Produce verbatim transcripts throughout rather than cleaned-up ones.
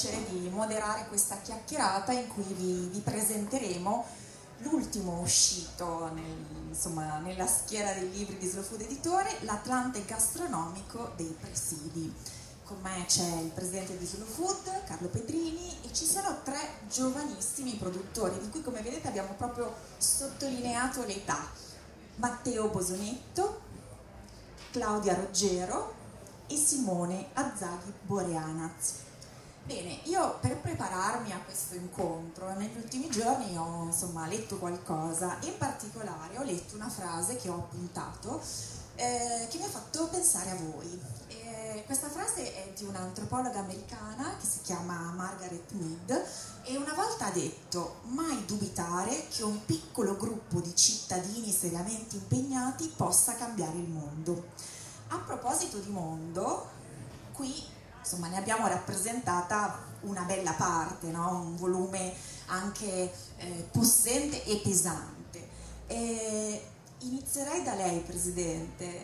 piacere di moderare questa chiacchierata in cui vi, vi presenteremo l'ultimo uscito nel, insomma, nella schiera dei libri di Slow Food Editore, l'Atlante gastronomico dei presidi. Con me c'è il presidente di Slow Food, Carlo Pedrini, e ci sono tre giovanissimi produttori, di cui come vedete abbiamo proprio sottolineato l'età. Matteo Bosonetto, Claudia Roggero e Simone Azzaghi Boreanaz. Bene, io per prepararmi a questo incontro negli ultimi giorni ho insomma letto qualcosa, in particolare ho letto una frase che ho appuntato eh, che mi ha fatto pensare a voi. Eh, questa frase è di un'antropologa americana che si chiama Margaret Mead e una volta ha detto: mai dubitare che un piccolo gruppo di cittadini seriamente impegnati possa cambiare il mondo. A proposito di mondo, qui insomma ne abbiamo rappresentata una bella parte, no? Un volume anche eh, possente e pesante. E inizierei da lei, Presidente.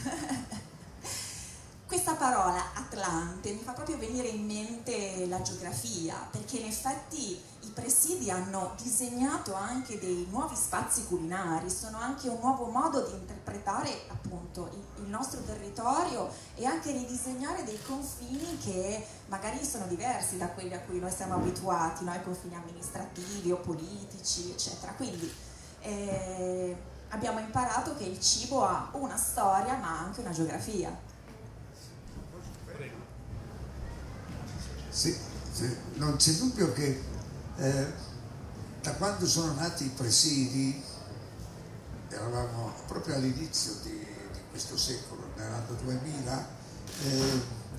Questa parola Atlante mi fa proprio venire in mente la geografia, perché in effetti i presidi hanno disegnato anche dei nuovi spazi culinari, sono anche un nuovo modo di interpretare appunto il nostro territorio e anche ridisegnare dei confini che magari sono diversi da quelli a cui noi siamo abituati, no? I confini amministrativi o politici, eccetera. Quindi eh, abbiamo imparato che il cibo ha una storia ma anche una geografia. Sì, sì, non c'è dubbio che eh, da quando sono nati i presidi, eravamo proprio all'inizio di, di questo secolo, nell'anno duemila, eh,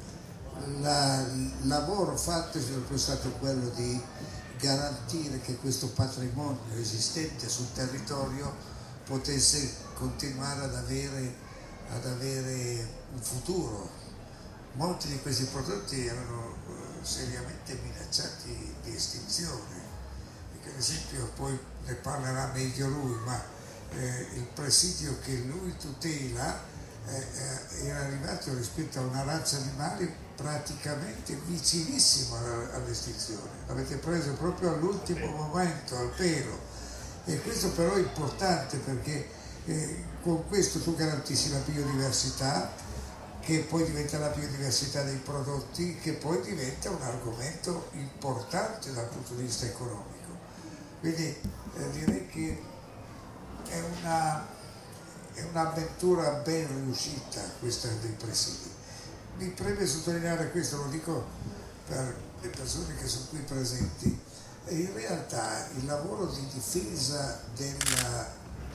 la, il lavoro fatto è sempre stato quello di garantire che questo patrimonio esistente sul territorio potesse continuare ad avere, ad avere un futuro. Molti di questi prodotti erano eh, seriamente minacciati di estinzione, perché ad esempio poi ne parlerà meglio lui, ma eh, il presidio che lui tutela eh, eh, era arrivato rispetto a una razza animale praticamente vicinissima all'estinzione. L'avete preso proprio all'ultimo momento, al pelo, e questo però è importante perché eh, con questo tu garantisci la biodiversità, che poi diventa la biodiversità dei prodotti, che poi diventa un argomento importante dal punto di vista economico. Quindi eh, direi che è, una, è un'avventura ben riuscita questa dei presidi. Mi preme sottolineare questo, lo dico per le persone che sono qui presenti, e in realtà il lavoro di difesa della,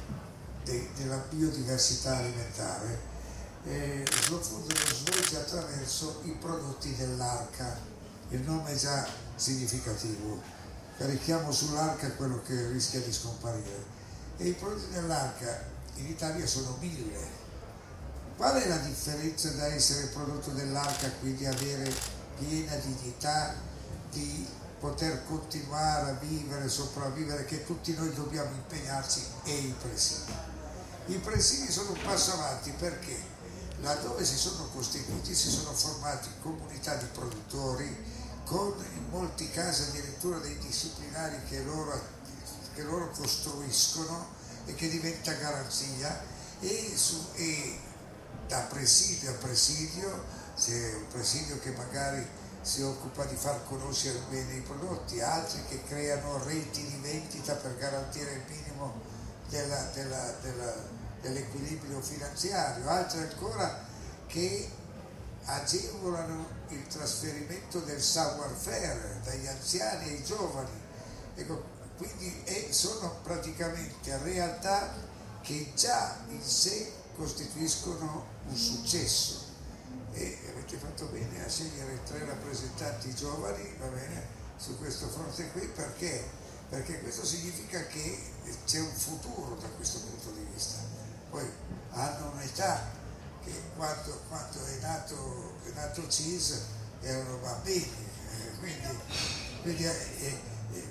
de, della biodiversità alimentare Eh, Slow Food lo svolge attraverso i prodotti dell'Arca. Il nome è già significativo, carichiamo sull'Arca quello che rischia di scomparire, e i prodotti dell'Arca in Italia sono mille. Qual è la differenza da essere prodotto dell'Arca, quindi avere piena dignità di poter continuare a vivere, sopravvivere, che tutti noi dobbiamo impegnarci, e i presidi? I presidi sono un passo avanti perché laddove si sono costituiti si sono formati comunità di produttori con in molti casi addirittura dei disciplinari che loro, che loro costruiscono e che diventa garanzia, e, su, e da presidio a presidio c'è un presidio che magari si occupa di far conoscere bene i prodotti, altri che creano reti di vendita per garantire il minimo della, della, della dell'equilibrio finanziario, altri ancora che agevolano il trasferimento del savoir-faire dagli anziani ai giovani. Ecco, quindi eh, sono praticamente realtà che già in sé costituiscono un successo, e avete fatto bene a scegliere tre rappresentanti giovani, va bene, su questo fronte qui, perché? Perché questo significa che c'è un futuro da questo punto di vista. Poi hanno un'età che quando, quando è nato è nato Cis erano bambini, eh, quindi, quindi eh, eh,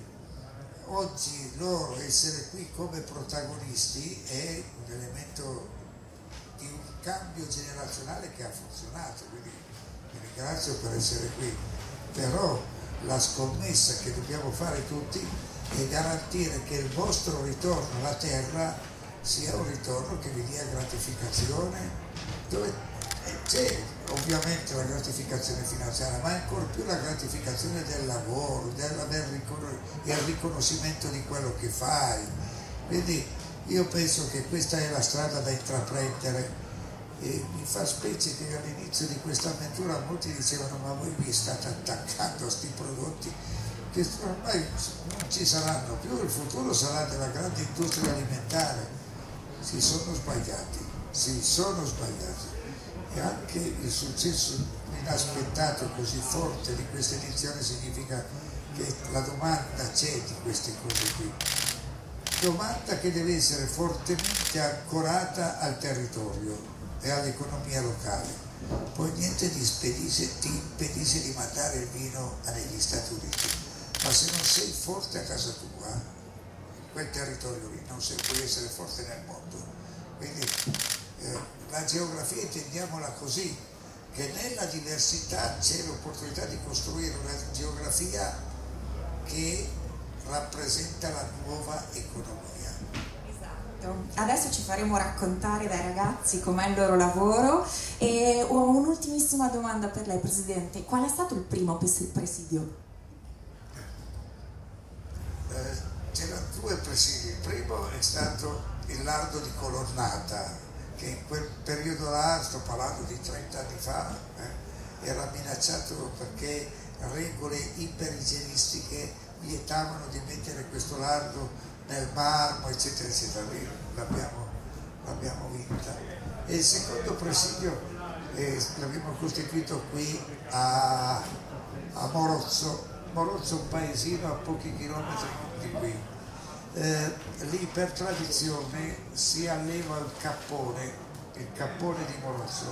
oggi loro essere qui come protagonisti è un elemento di un cambio generazionale che ha funzionato, quindi vi ringrazio per essere qui, però la scommessa che dobbiamo fare tutti è garantire che il vostro ritorno alla terra sia un ritorno che vi dia gratificazione, dove c'è ovviamente la gratificazione finanziaria, ma ancora più la gratificazione del lavoro, del riconoscimento di quello che fai. Quindi io penso che questa è la strada da intraprendere. E mi fa specie che all'inizio di questa avventura molti dicevano: ma voi vi state attaccando a questi prodotti che ormai non ci saranno più, il futuro sarà della grande industria alimentare. Si sono sbagliati, si sono sbagliati. E anche il successo inaspettato così forte di questa edizione significa che la domanda c'è di queste cose qui. Domanda che deve essere fortemente ancorata al territorio e all'economia locale. Poi niente ti impedisce, ti impedisce di mandare il vino negli Stati Uniti, ma se non sei forte a casa tua, in quel territorio lì, non sei, puoi essere forte nel mondo. Quindi eh, la geografia, intendiamola così, che nella diversità c'è l'opportunità di costruire una geografia che rappresenta la nuova economia. Adesso ci faremo raccontare dai ragazzi com'è il loro lavoro e ho un'ultimissima domanda per lei, Presidente. Qual è stato il primo presidio? Eh, c'erano due presidi. Il primo è stato il lardo di Colonnata, che in quel periodo là, sto parlando di trenta anni fa, eh, era minacciato perché regole iperigienistiche vietavano di mettere questo lardo nel marmo, eccetera, eccetera. Lì l'abbiamo, l'abbiamo vinta. E il secondo presidio eh, l'abbiamo costituito qui a, a Morozzo. Morozzo è un paesino a pochi chilometri di qui. Eh, lì per tradizione si alleva il cappone, il cappone di Morozzo.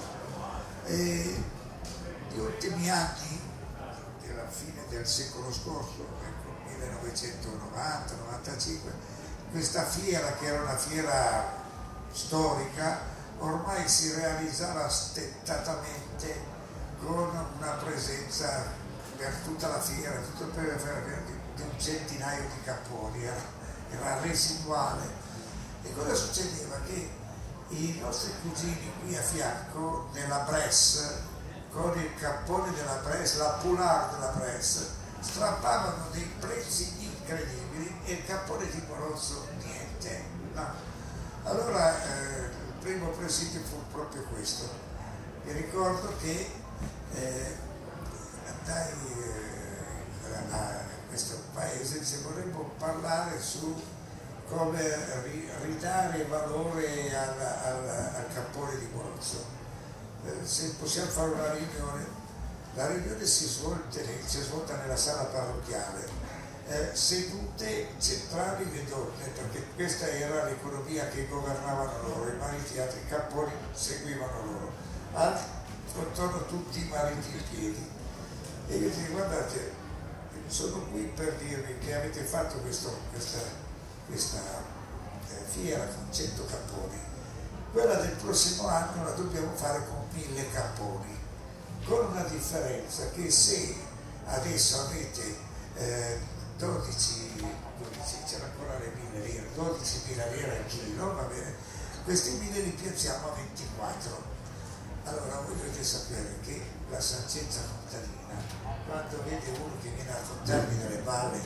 E gli ultimi anni, della fine del secolo scorso, millenovecentonovanta novantacinque, questa fiera, che era una fiera storica, ormai si realizzava stentatamente con una presenza per tutta la fiera, tutto per, per, di un centinaio di capponi, era, era residuale. E cosa succedeva? Che i nostri cugini qui a fianco, nella Bresse, con il cappone della Bresse, la Poulard della Bresse, strappavano dei prezzi incredibili e il cappone di Morozzo niente. No. Allora eh, il primo presidio fu proprio questo. Mi ricordo che eh, andai eh, a questo paese e dice: vorremmo parlare su come ri, ridare valore al, al, al cappone di Morozzo. Eh, se possiamo fare una riunione. La riunione si, svolte, si è svolta nella sala parrocchiale, eh, sedute centrali le donne, perché questa era l'economia che governavano loro, i mariti e altri capponi seguivano loro, altri attorno tutti i mariti in piedi. E io dico: guardate, sono qui per dirvi che avete fatto questo, questa, questa eh, fiera con cento capponi, quella del prossimo anno la dobbiamo fare con mille capponi. Con una differenza, che se adesso avete eh, dodici, dodici, c'era ancora le mille lire, dodicimila lire al chilo, va bene, questi mille li piazziamo a ventiquattro. Allora voi dovete sapere che la saggezza contadina, quando vede uno che viene a contarmi delle balle,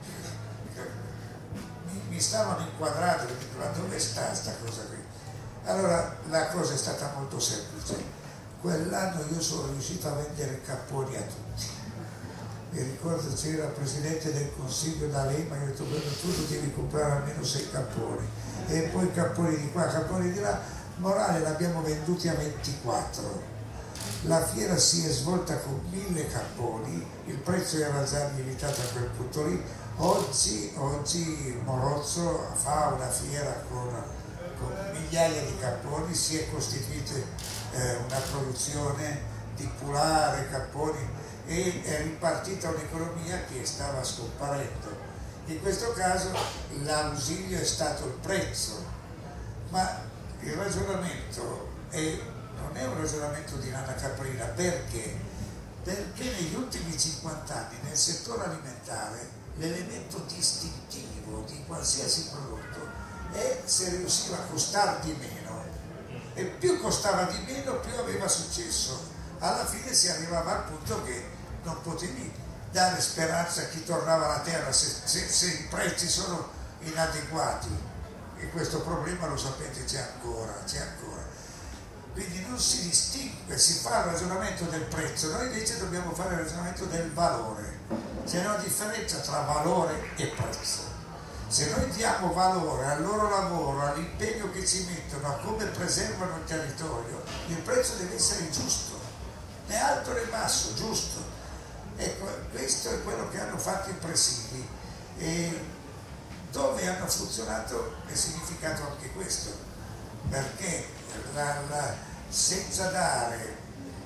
mi, mi stavano inquadrati, mi dico: ma dove sta sta cosa qui? Allora la cosa è stata molto semplice. Quell'anno io sono riuscito a vendere capponi a tutti. Mi ricordo c'era il Presidente del Consiglio D'Alema, io ho detto: quello tu lo devi comprare almeno sei capponi, e poi capponi di qua, capponi di là. Morale, l'abbiamo venduti a ventiquattro. La fiera si è svolta con mille capponi, il prezzo era già limitato a quel punto lì. Oggi, oggi Morozzo fa una fiera con, con migliaia di capponi, si è costituita una produzione di Poulard, capponi, e è ripartita un'economia che stava scomparendo. In questo caso l'ausilio è stato il prezzo, ma il ragionamento è, non è un ragionamento di lana caprina, perché perché negli ultimi cinquanta anni nel settore alimentare l'elemento distintivo di qualsiasi prodotto è se riusciva a costare di meno, e più costava di meno più aveva successo. Alla fine si arrivava al punto che non potevi dare speranza a chi tornava alla terra se, se, se i prezzi sono inadeguati, e questo problema lo sapete c'è ancora, c'è ancora. Quindi non si distingue, si fa il ragionamento del prezzo, noi invece dobbiamo fare il ragionamento del valore. C'è una differenza tra valore e prezzo. Se noi diamo valore al loro lavoro, all'impegno che ci mettono, a come preservano il territorio, il prezzo deve essere giusto, né alto né basso, giusto. Ecco, questo è quello che hanno fatto i presidi, e dove hanno funzionato è significato anche questo, perché la, la, senza dare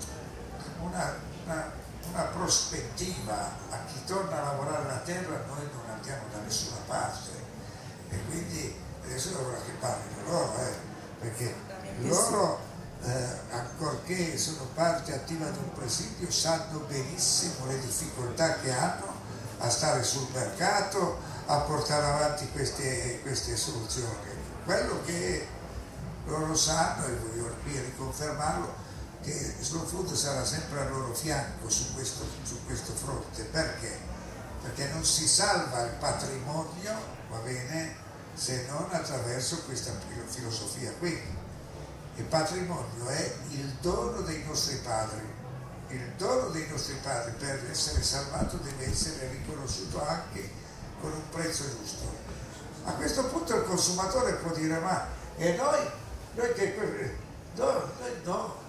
una, una, una prospettiva a chi torna a lavorare la terra noi non andiamo da nessuna parte. E quindi adesso ora che parlino loro, eh, perché loro eh, ancorché sono parte attiva di un presidio sanno benissimo le difficoltà che hanno a stare sul mercato, a portare avanti queste, queste soluzioni. Quello che loro sanno, e voglio qui riconfermarlo, che Slow Food sarà sempre al loro fianco su questo, su questo fronte. Perché? Perché non si salva il patrimonio, va bene, se non attraverso questa filosofia qui. Il patrimonio è il dono dei nostri padri, il dono dei nostri padri per essere salvato deve essere riconosciuto anche con un prezzo giusto. A questo punto il consumatore può dire ma e noi? Noi che no, noi no.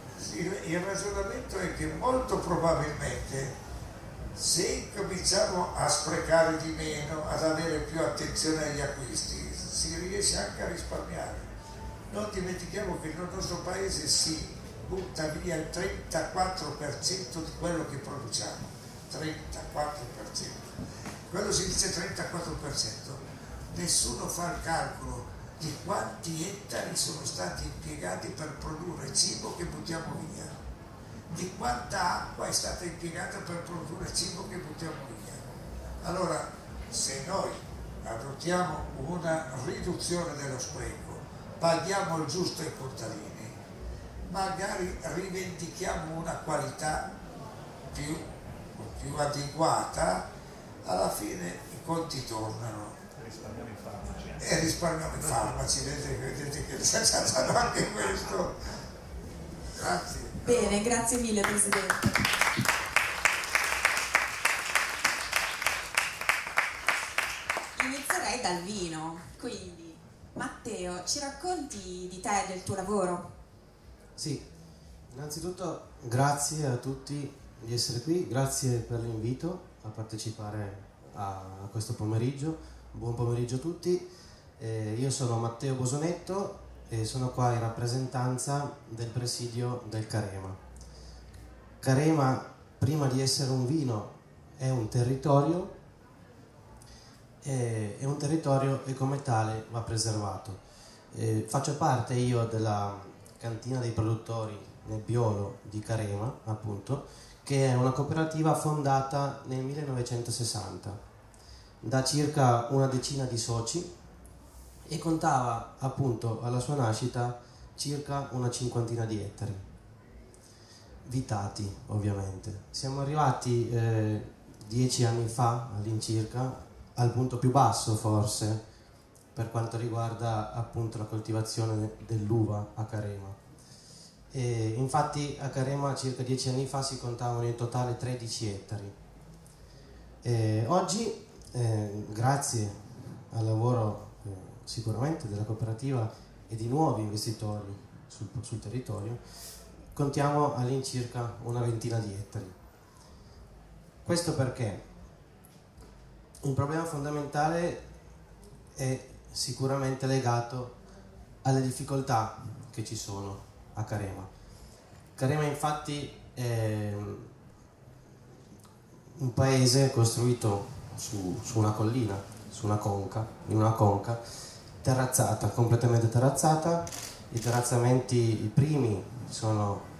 Il ragionamento è che molto probabilmente se cominciamo a sprecare di meno, ad avere più attenzione agli acquisti, si riesce anche a risparmiare. Non dimentichiamo che nel nostro paese si butta via il trentaquattro per cento di quello che produciamo, trentaquattro per cento. Quando si dice trentaquattro per cento, nessuno fa il calcolo di quanti ettari sono stati impiegati per produrre cibo che buttiamo via, di quanta acqua è stata impiegata per produrre cibo che buttiamo via. Allora, se noi adottiamo una riduzione dello spreco, paghiamo il giusto ai contadini, magari rivendichiamo una qualità più, più adeguata, alla fine i conti tornano. Risparmiamo in farmaci. E risparmiamo in farmaci, vedete, vedete che sanno anche questo. Grazie. Bene, grazie mille Presidente. Inizierei dal vino, quindi Matteo, ci racconti di te e del tuo lavoro? Sì, innanzitutto grazie a tutti di essere qui, grazie per l'invito a partecipare a questo pomeriggio. Buon pomeriggio a tutti, eh, io sono Matteo Bosonetto e sono qua in rappresentanza del presidio del Carema. Carema, prima di essere un vino, è un territorio, eh, è un territorio e come tale va preservato. Eh, faccio parte io della cantina dei produttori Nebbiolo di Carema, appunto, che è una cooperativa fondata nel millenovecentosessanta da circa una decina di soci e contava appunto alla sua nascita circa una cinquantina di ettari vitati, ovviamente. Siamo arrivati eh, dieci anni fa all'incirca al punto più basso forse per quanto riguarda appunto la coltivazione dell'uva a Carema. E infatti a Carema circa dieci anni fa si contavano in totale tredici ettari. E oggi Eh, grazie al lavoro eh, sicuramente della cooperativa e di nuovi investitori sul, sul territorio, contiamo all'incirca una ventina di ettari. Questo perché un problema fondamentale è sicuramente legato alle difficoltà che ci sono a Carema. Carema infatti è un paese costruito Su, su una collina, su una conca, in una conca terrazzata, completamente terrazzata. I terrazzamenti, i primi, sono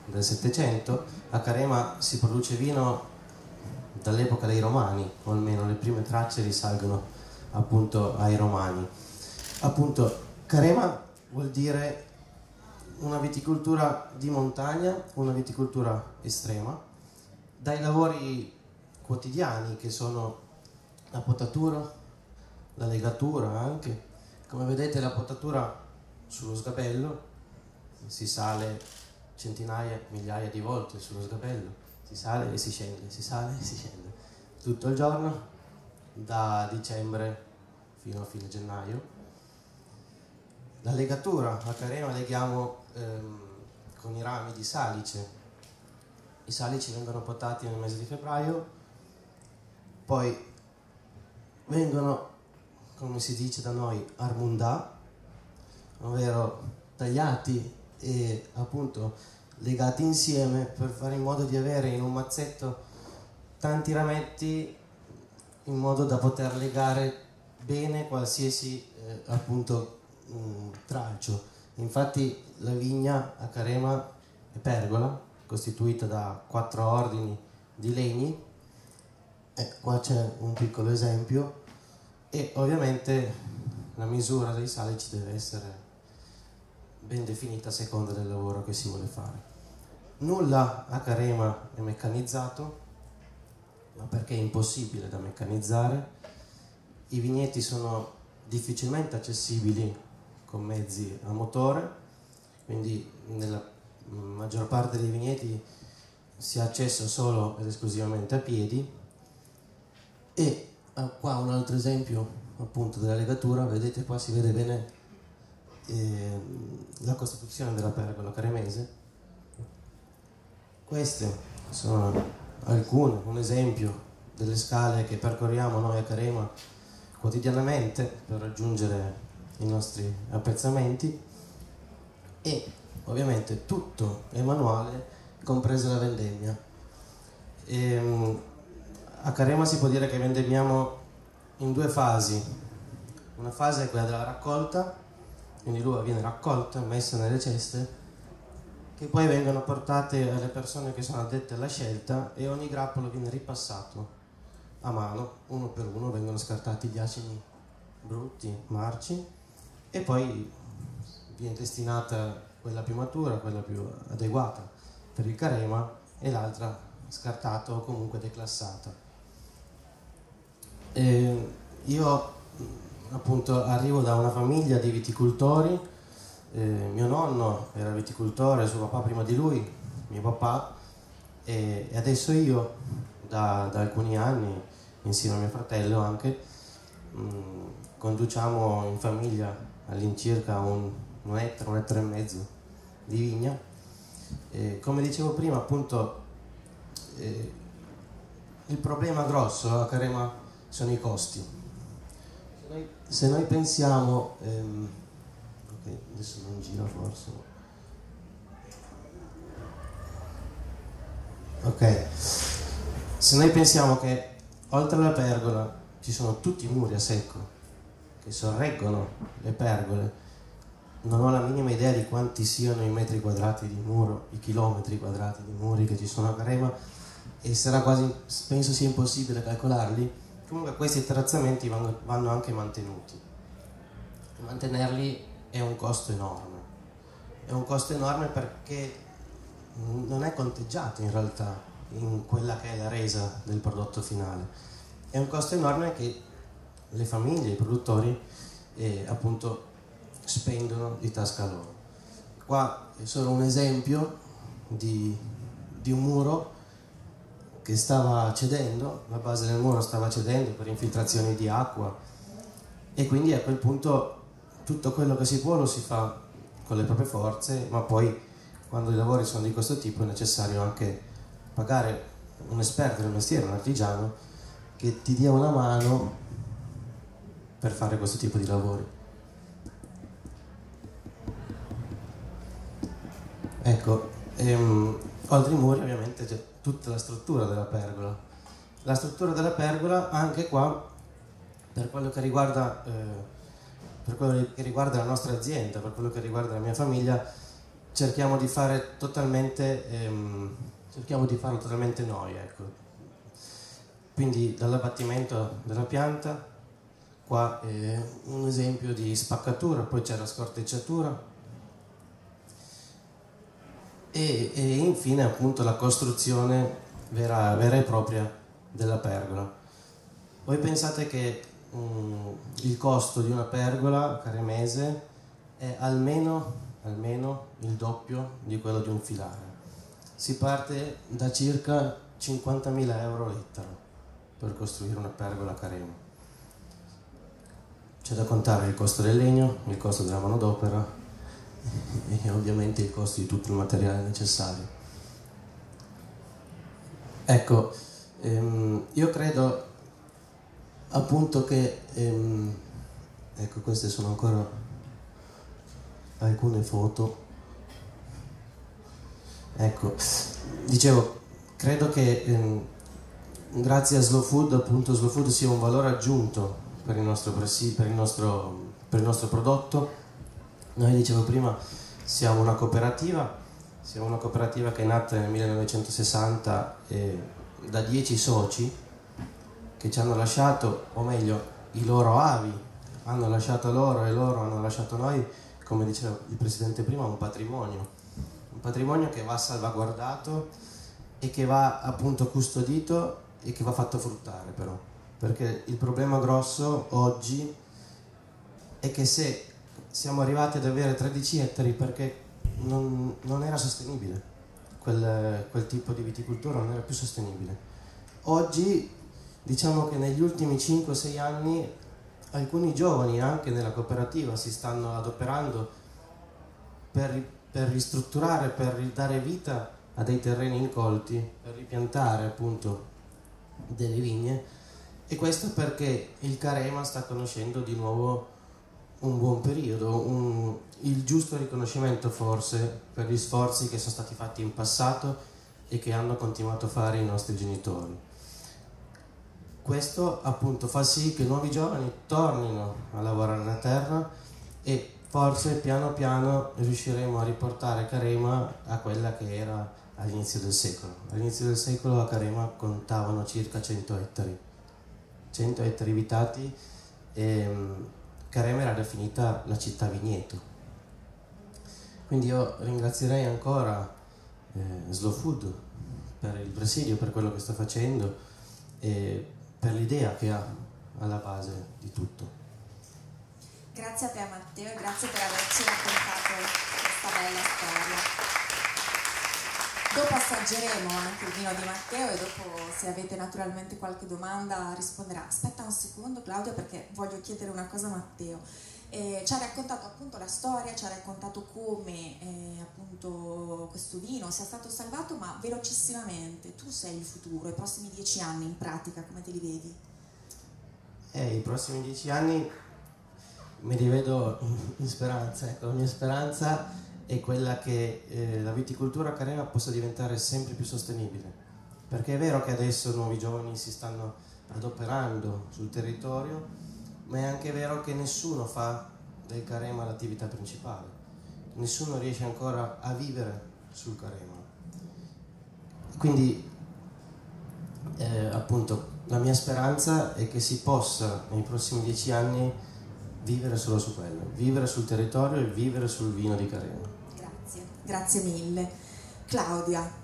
del Settecento. A Carema si produce vino dall'epoca dei Romani, o almeno le prime tracce risalgono appunto ai Romani. Appunto, Carema vuol dire una viticoltura di montagna, una viticoltura estrema, dai lavori quotidiani che sono la potatura, la legatura anche. Come vedete, la potatura sullo sgabello, si sale centinaia, migliaia di volte sullo sgabello, si sale e si scende, si sale e si scende tutto il giorno, da dicembre fino a fine gennaio. La legatura, a Carema leghiamo ehm, con i rami di salice. I salici vengono potati nel mese di febbraio, poi vengono, come si dice da noi, armundà, ovvero tagliati e appunto legati insieme per fare in modo di avere in un mazzetto tanti rametti, in modo da poter legare bene qualsiasi eh, appunto mh, tralcio. Infatti la vigna a Carema è pergola, costituita da quattro ordini di legni. Eh, qua c'è un piccolo esempio, e ovviamente la misura dei salici deve essere ben definita a seconda del lavoro che si vuole fare. Nulla a Carema è meccanizzato, ma perché è impossibile da meccanizzare. I vigneti sono difficilmente accessibili con mezzi a motore, quindi nella maggior parte dei vigneti si ha accesso solo ed esclusivamente a piedi. E qua un altro esempio appunto della legatura, vedete qua si vede bene eh, la costituzione della pergola caremese. Queste sono alcune, un esempio delle scale che percorriamo noi a Carema quotidianamente per raggiungere i nostri appezzamenti, e ovviamente tutto è manuale, compresa la vendemmia. E, a Carema si può dire che vendemmiamo in due fasi. Una fase è quella della raccolta, quindi l'uva viene raccolta, messa nelle ceste, che poi vengono portate alle persone che sono addette alla scelta, e ogni grappolo viene ripassato a mano, uno per uno vengono scartati gli acini brutti, marci, e poi viene destinata quella più matura, quella più adeguata per il Carema, e l'altra scartata o comunque declassata. E io appunto arrivo da una famiglia di viticoltori. Eh, mio nonno era viticoltore, suo papà prima di lui, mio papà, e, e adesso io da, da alcuni anni, insieme a mio fratello anche, mh, conduciamo in famiglia all'incirca un, un ettaro, un ettaro e mezzo di vigna. E, come dicevo prima, appunto, eh, il problema grosso a Carema sono i costi. Se noi, se noi pensiamo, ehm, ok, adesso non gira forse, ok, se noi pensiamo che oltre alla pergola ci sono tutti i muri a secco che sorreggono le pergole, non ho la minima idea di quanti siano i metri quadrati di muro, i chilometri quadrati di muri che ci sono a Carema, e sarà quasi, penso sia impossibile calcolarli. Comunque questi terrazzamenti vanno, vanno anche mantenuti. Mantenerli è un costo enorme. È un costo enorme perché non è conteggiato in realtà in quella che è la resa del prodotto finale. È un costo enorme che le famiglie, i produttori, eh, appunto spendono di tasca loro. Qua è solo un esempio di, di un muro che stava cedendo, la base del muro stava cedendo per infiltrazioni di acqua, e quindi a quel punto tutto quello che si può lo si fa con le proprie forze, ma poi quando i lavori sono di questo tipo è necessario anche pagare un esperto del mestiere, un artigiano, che ti dia una mano per fare questo tipo di lavori. Ecco, ehm, oltre i muri ovviamente c'è tutta la struttura della pergola. La struttura della pergola, anche qua, per quello che riguarda, eh, per quello che riguarda la nostra azienda, per quello che riguarda la mia famiglia, cerchiamo di fare totalmente, ehm, cerchiamo di farlo totalmente noi, ecco. Quindi dall'abbattimento della pianta, qua è un esempio di spaccatura, poi c'è la scortecciatura e, e infine appunto la costruzione vera, vera e propria della pergola. Voi pensate che um, il costo di una pergola caremese è almeno, almeno il doppio di quello di un filare. Si parte da circa cinquantamila euro l'ettaro per costruire una pergola Carema. C'è da contare il costo del legno, il costo della manodopera e ovviamente il costo di tutto il materiale necessario. Ecco, ehm, io credo appunto che, ehm, ecco, queste sono ancora alcune foto. Ecco, dicevo, credo che ehm, grazie a Slow Food, appunto, Slow Food sia un valore aggiunto per il nostro, per il nostro, per il nostro prodotto. Noi, dicevo prima, siamo una cooperativa, siamo una cooperativa che è nata nel millenovecentosessanta eh, da dieci soci che ci hanno lasciato, o meglio, i loro avi hanno lasciato loro e loro hanno lasciato noi, come diceva il Presidente prima, un patrimonio, un patrimonio che va salvaguardato e che va appunto custodito e che va fatto fruttare, però, perché il problema grosso oggi è che se siamo arrivati ad avere tredici ettari perché non, non era sostenibile, quel, quel tipo di viticoltura non era più sostenibile. Oggi diciamo che negli ultimi cinque sei anni alcuni giovani anche nella cooperativa si stanno adoperando per, per ristrutturare, per ridare vita a dei terreni incolti, per ripiantare appunto delle vigne, e questo perché il Carema sta conoscendo di nuovo un buon periodo, un, il giusto riconoscimento forse per gli sforzi che sono stati fatti in passato e che hanno continuato a fare i nostri genitori. Questo appunto fa sì che nuovi giovani tornino a lavorare la terra e forse piano piano riusciremo a riportare Carema a quella che era all'inizio del secolo. All'inizio del secolo a Carema contavano circa cento ettari, cento ettari vitati e Carema era definita la città vigneto. Quindi io ringrazierei ancora eh, Slow Food per il presidio, per quello che sta facendo e per l'idea che ha alla base di tutto. Grazie a te Matteo e grazie per averci raccontato questa bella storia. Dopo assaggeremo anche il vino di Matteo e dopo, se avete naturalmente qualche domanda, risponderà. Aspetta un secondo Claudia, perché voglio chiedere una cosa a Matteo. Eh, ci ha raccontato appunto la storia, ci ha raccontato come eh, appunto questo vino sia stato salvato, ma velocissimamente, tu sei il futuro, i prossimi dieci anni in pratica, come te li vedi? Eh, i prossimi dieci anni mi rivedo in speranza, ecco, la mia speranza è quella che eh, la viticoltura Carema possa diventare sempre più sostenibile, perché è vero che adesso nuovi giovani si stanno adoperando sul territorio, ma è anche vero che nessuno fa del Carema l'attività principale, nessuno riesce ancora a vivere sul Carema. Quindi eh, appunto la mia speranza è che si possa nei prossimi dieci anni vivere solo su quello, vivere sul territorio e vivere sul vino di Carema. Grazie, grazie mille. Claudia,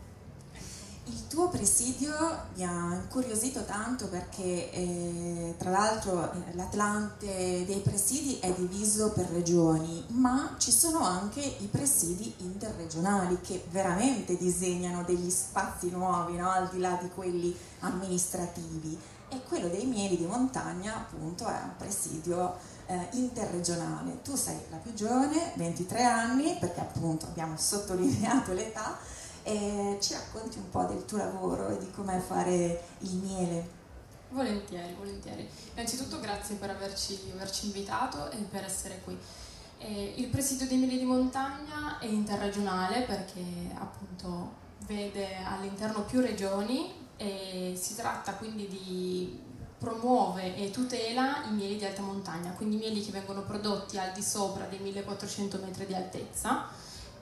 il tuo presidio mi ha incuriosito tanto perché eh, tra l'altro l'Atlante dei presidi è diviso per regioni, ma ci sono anche i presidi interregionali che veramente disegnano degli spazi nuovi, no? Al di là di quelli amministrativi. E quello dei Mieli di Montagna appunto è un presidio Eh, interregionale. Tu sei la più giovane, ventitré anni, perché appunto abbiamo sottolineato l'età, e ci racconti un po' del tuo lavoro e di com'è fare il miele. Volentieri, volentieri. Innanzitutto grazie per averci, averci invitato e per essere qui. Eh, il presidio dei Mieli di Montagna è interregionale perché appunto vede all'interno più regioni e si tratta quindi di promuove e tutela i mieli di alta montagna, quindi mieli che vengono prodotti al di sopra dei millequattrocento metri di altezza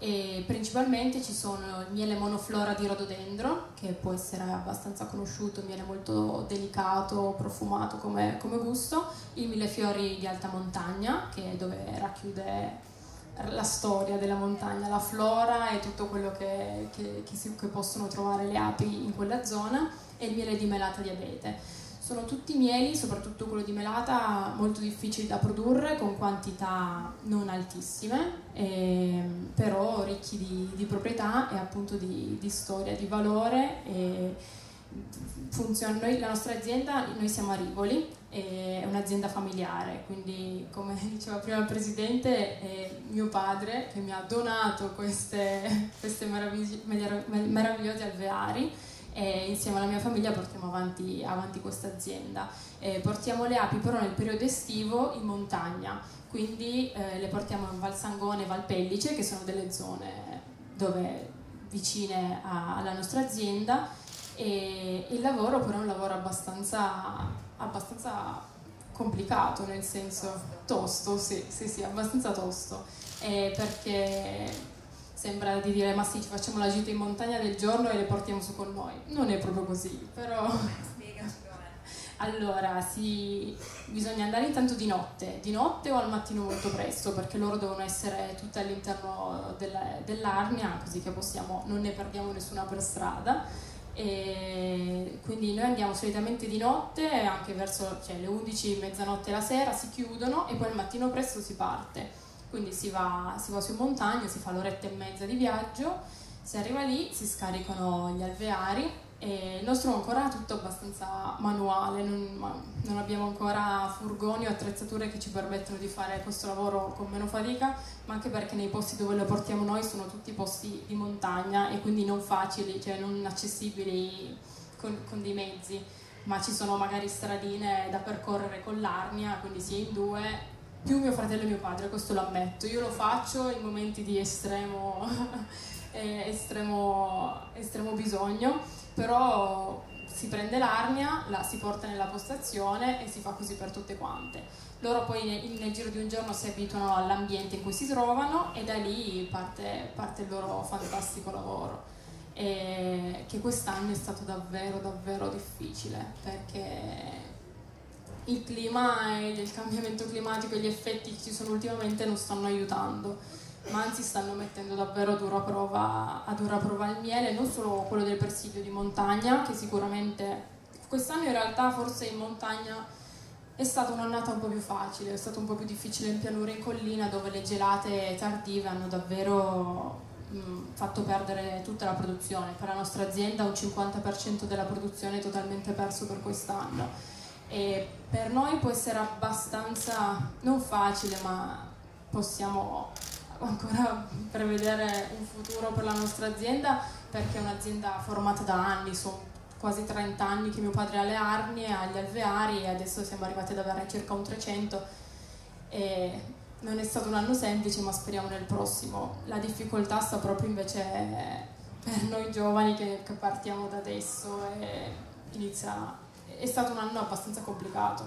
E principalmente ci sono il miele monoflora di rododendro, che può essere abbastanza conosciuto, miele molto delicato, profumato come, come gusto, il millefiori di alta montagna, che è dove racchiude la storia della montagna, la flora e tutto quello che, che, che, si, che possono trovare le api in quella zona, e il miele di melata di abete. Sono tutti mieli, soprattutto quello di melata, molto difficili da produrre, con quantità non altissime, eh, però ricchi di, di proprietà e appunto di, di storia, di valore. E funziona, noi, la nostra azienda, noi siamo a Rivoli, è un'azienda familiare, quindi come diceva prima il Presidente, è mio padre che mi ha donato queste, queste meravigli- meravigliosi alveari, e insieme alla mia famiglia portiamo avanti, avanti questa azienda. Eh, portiamo le api però nel periodo estivo in montagna, quindi eh, le portiamo in Val Sangone e Val Pellice, che sono delle zone dove, vicine a, alla nostra azienda, e il lavoro però è un lavoro abbastanza, abbastanza complicato, nel senso tosto, sì, sì, sì, abbastanza tosto, eh, perché sembra di dire ma sì, ci facciamo la gita in montagna del giorno e le portiamo su con noi. Non è proprio così, però... Allora, sì, bisogna andare intanto di notte, di notte o al mattino molto presto, perché loro devono essere tutte all'interno della, dell'arnia, così che possiamo, non ne perdiamo nessuna per strada. E quindi noi andiamo solitamente di notte, anche verso cioè, le undici, mezzanotte la sera, si chiudono e poi al mattino presto si parte. Quindi si va, si va su montagna, si fa l'oretta e mezza di viaggio, si arriva lì, si scaricano gli alveari, e il nostro è ancora tutto abbastanza manuale, non, non abbiamo ancora furgoni o attrezzature che ci permettono di fare questo lavoro con meno fatica, ma anche perché nei posti dove lo portiamo noi sono tutti posti di montagna e quindi non facili, cioè non accessibili con, con dei mezzi, ma ci sono magari stradine da percorrere con l'arnia, quindi si è in due, più mio fratello e mio padre, questo lo ammetto. Io lo faccio in momenti di estremo, eh, estremo, estremo bisogno, però si prende l'arnia, la si porta nella postazione e si fa così per tutte quante. Loro poi nel, nel giro di un giorno si abituano all'ambiente in cui si trovano e da lì parte, parte il loro fantastico lavoro, e che quest'anno è stato davvero davvero difficile, perché il clima e il cambiamento climatico e gli effetti che ci sono ultimamente non stanno aiutando, ma anzi stanno mettendo davvero a dura prova, a dura prova il miele, non solo quello del presidio di montagna, che sicuramente quest'anno in realtà forse in montagna è stata un'annata un po' più facile, è stato un po' più difficile in pianura e in collina, dove le gelate tardive hanno davvero mh, fatto perdere tutta la produzione. Per la nostra azienda un cinquanta per cento della produzione è totalmente perso per quest'anno. E per noi può essere abbastanza non facile, ma possiamo ancora prevedere un futuro per la nostra azienda, perché è un'azienda formata da anni, sono quasi trenta anni che mio padre ha le arnie, ha gli alveari, e adesso siamo arrivati ad avere circa un trecento, e non è stato un anno semplice, ma speriamo nel prossimo. La difficoltà sta proprio invece per noi giovani che, che partiamo da adesso, e inizia è stato un anno abbastanza complicato.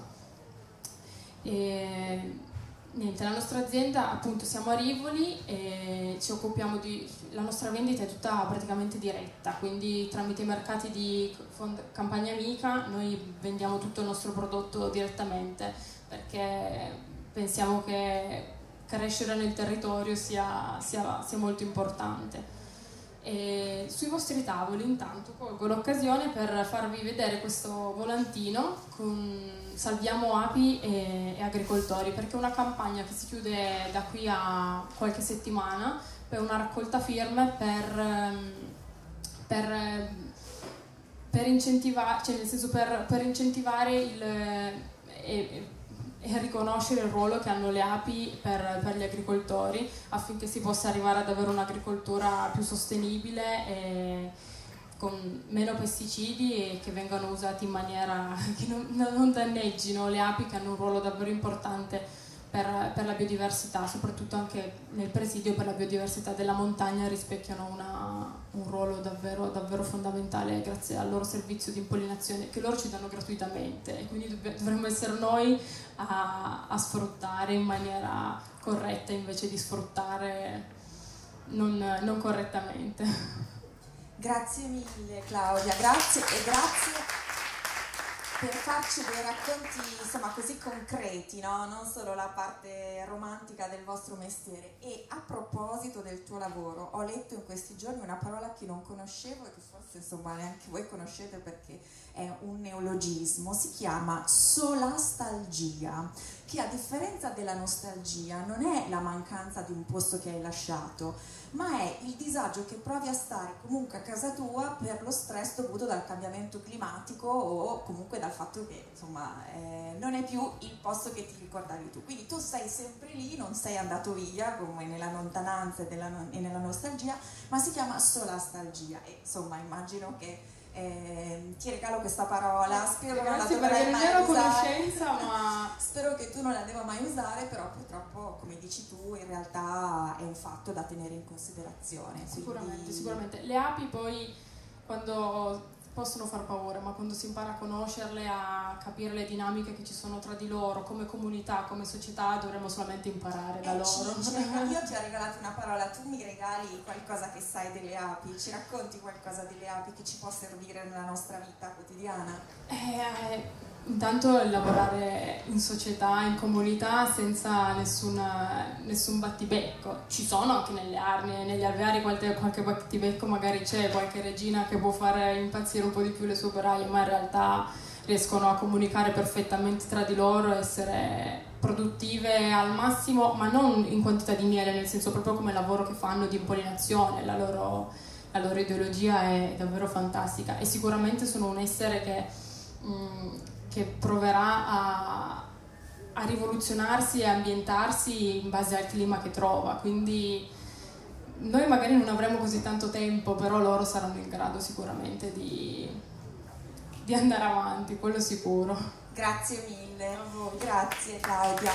E, niente, la nostra azienda, appunto, siamo a Rivoli e ci occupiamo di... la nostra vendita è tutta praticamente diretta, quindi tramite i mercati di fond- Campagna Amica noi vendiamo tutto il nostro prodotto direttamente, perché pensiamo che crescere nel territorio sia, sia, sia molto importante. E sui vostri tavoli intanto colgo l'occasione per farvi vedere questo volantino con Salviamo api e, e agricoltori, perché è una campagna che si chiude da qui a qualche settimana per una raccolta firme per, per, per incentivare, cioè nel senso per, per incentivare il, e, e riconoscere il ruolo che hanno le api per, per gli agricoltori, affinché si possa arrivare ad avere un'agricoltura più sostenibile e con meno pesticidi, e che vengano usati in maniera che non, non danneggino le api, che hanno un ruolo davvero importante per, per la biodiversità, soprattutto anche nel presidio per la biodiversità della montagna. Rispecchiano una, un ruolo davvero, davvero fondamentale grazie al loro servizio di impollinazione che loro ci danno gratuitamente, e quindi dovremmo essere noi a, a sfruttare in maniera corretta invece di sfruttare non, non correttamente. Grazie mille Claudia, grazie e grazie per farci dei racconti insomma così concreti, no? Non solo la parte romantica del vostro mestiere. E a proposito del tuo lavoro, ho letto in questi giorni una parola che non conoscevo e che forse insomma neanche voi conoscete perché è un neologismo, si chiama solastalgia, che a differenza della nostalgia non è la mancanza di un posto che hai lasciato, ma è il disagio che provi a stare comunque a casa tua per lo stress dovuto dal cambiamento climatico o comunque dal fatto che insomma eh, non è più il posto che ti ricordavi tu. Quindi tu sei sempre lì, non sei andato via come nella lontananza e, della, e nella nostalgia, ma si chiama solastalgia e insomma immagino che Eh, ti regalo questa parola, spero non la dovrai mai ero usare. conoscenza, ma spero che tu non la debba mai usare, però purtroppo come dici tu in realtà è un fatto da tenere in considerazione. sicuramente, quindi... sicuramente. Le api poi quando possono far paura, ma quando si impara a conoscerle, a capire le dinamiche che ci sono tra di loro, come comunità, come società, dovremmo solamente imparare da eh, loro. Cioè, io ti ho regalato una parola, tu mi regali qualcosa che sai delle api, ci racconti qualcosa delle api che ci può servire nella nostra vita quotidiana? Eh, intanto lavorare in società, in comunità senza nessuna, nessun battibecco. Ci sono anche nelle arnie, negli alveari qualche, qualche battibecco magari c'è, qualche regina che può fare impazzire un po' di più le sue operaie, ma in realtà riescono a comunicare perfettamente tra di loro, essere produttive al massimo, ma non in quantità di miele, nel senso proprio come lavoro che fanno di impollinazione. La loro, la loro ideologia è davvero fantastica e sicuramente sono un essere che mh, che proverà a, a rivoluzionarsi e ambientarsi in base al clima che trova, quindi noi magari non avremo così tanto tempo, però loro saranno in grado sicuramente di, di andare avanti, quello sicuro. Grazie mille, grazie Claudia.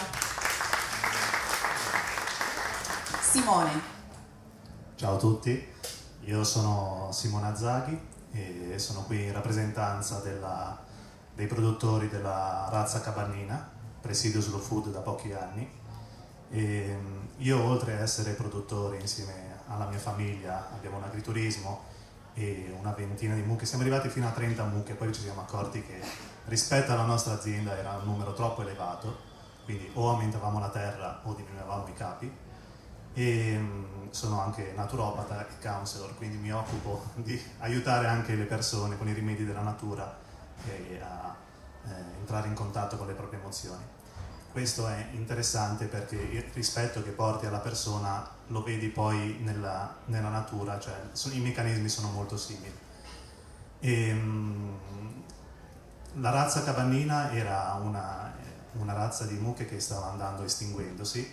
Simone. Ciao a tutti, io sono Simone Azzaghi e sono qui in rappresentanza della dei produttori della razza cabannina, presidio Slow Food da pochi anni. E io, oltre a essere produttore insieme alla mia famiglia, abbiamo un agriturismo e una ventina di mucche, siamo arrivati fino a trenta mucche, poi ci siamo accorti che rispetto alla nostra azienda era un numero troppo elevato, quindi o aumentavamo la terra o diminuivamo i capi. E sono anche naturopata e counselor, quindi mi occupo di aiutare anche le persone con i rimedi della natura e a eh, entrare in contatto con le proprie emozioni. Questo è interessante perché il rispetto che porti alla persona lo vedi poi nella, nella natura, cioè sono, i meccanismi sono molto simili. E, mh, la razza cabannina era una, una razza di mucche che stava andando estinguendosi,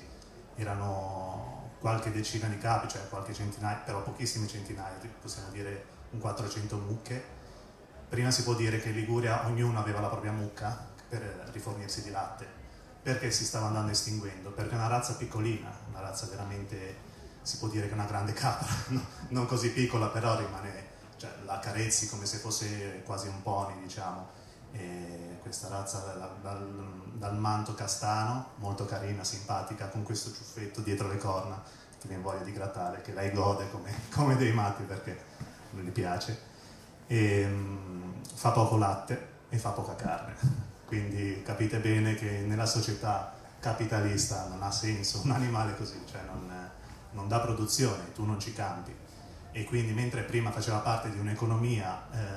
erano qualche decina di capi, cioè qualche centinaia, però pochissime centinaia, possiamo dire un quattrocento mucche. Prima si può dire che in Liguria ognuno aveva la propria mucca per rifornirsi di latte. Perché si stava andando estinguendo? Perché è una razza piccolina, una razza veramente, si può dire che è una grande capra, no? Non così piccola, però rimane, cioè la carezzi come se fosse quasi un pony, diciamo. E questa razza dal, dal, dal manto castano, molto carina, simpatica, con questo ciuffetto dietro le corna, che mi voglia di grattare, che lei gode come, come dei matti perché non gli piace. E, um, fa poco latte e fa poca carne, quindi capite bene che nella società capitalista non ha senso un animale così, cioè non, non dà produzione, tu non ci campi. E quindi mentre prima faceva parte di un'economia eh,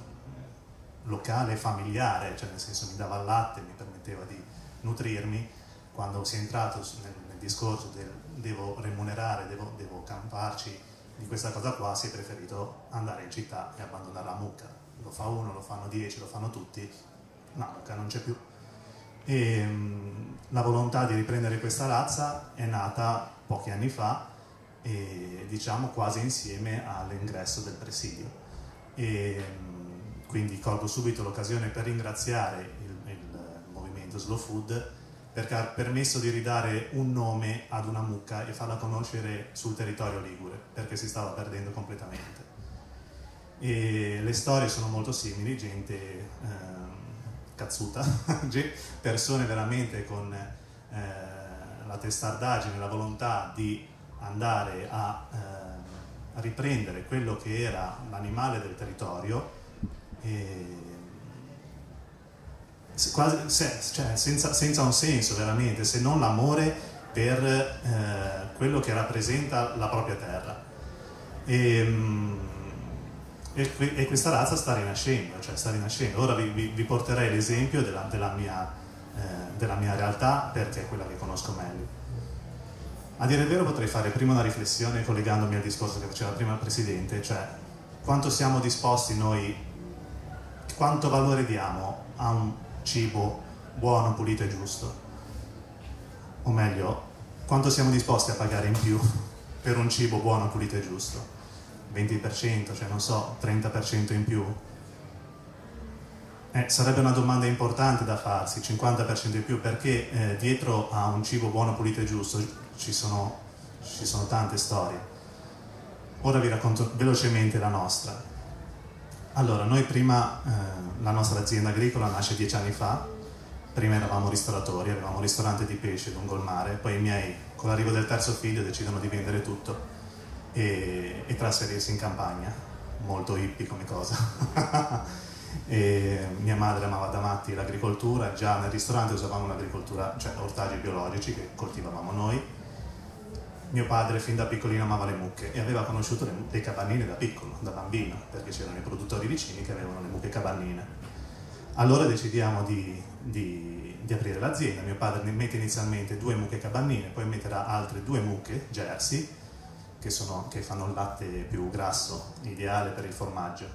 locale, familiare, cioè nel senso mi dava il latte, mi permetteva di nutrirmi, quando si è entrato nel, nel discorso del devo remunerare, devo, devo camparci di questa cosa qua, si è preferito andare in città e abbandonare la mucca. Lo fa uno, lo fanno dieci, lo fanno tutti, la mucca non c'è più. E mh, la volontà di riprendere questa razza è nata pochi anni fa, e, diciamo quasi insieme all'ingresso del presidio. E, mh, quindi colgo subito l'occasione per ringraziare il, il movimento Slow Food perché ha permesso di ridare un nome ad una mucca e farla conoscere sul territorio ligure, perché si stava perdendo completamente. E le storie sono molto simili, gente eh, cazzuta, persone veramente con eh, la testardaggine, la volontà di andare a, eh, a riprendere quello che era l'animale del territorio, e quasi, se, cioè, senza, senza un senso veramente, se non l'amore per eh, quello che rappresenta la propria terra. E, e, e questa razza sta rinascendo, cioè sta rinascendo. Ora vi, vi, vi porterei l'esempio della, della, mia, eh, della mia realtà, perché è quella che conosco meglio. A dire il vero potrei fare prima una riflessione collegandomi al discorso che faceva prima il Presidente, cioè quanto siamo disposti noi, quanto valore diamo a un cibo buono, pulito e giusto, o meglio, quanto siamo disposti a pagare in più per un cibo buono, pulito e giusto. venti per cento, cioè non so, trenta per cento in più? Eh, sarebbe una domanda importante da farsi, cinquanta per cento in più, perché eh, dietro a un cibo buono, pulito e giusto ci sono, ci sono tante storie. Ora vi racconto velocemente la nostra. Allora, noi prima, eh, la nostra azienda agricola nasce dieci anni fa, prima eravamo ristoratori, avevamo un ristorante di pesce lungo il mare, poi i miei, con l'arrivo del terzo figlio, decidono di vendere tutto e, e trasferirsi in campagna, molto hippie come cosa. E mia madre amava da matti l'agricoltura, già nel ristorante usavamo un'agricoltura, cioè ortaggi biologici che coltivavamo noi. Mio padre fin da piccolino amava le mucche e aveva conosciuto le, le cabannine da piccolo, da bambino, perché c'erano i produttori vicini che avevano le mucche cabannine. Allora decidiamo di, di, di aprire l'azienda. Mio padre ne mette inizialmente due mucche cabannine, poi metterà altre due mucche Jersey, che, sono, che fanno il latte più grasso, ideale per il formaggio.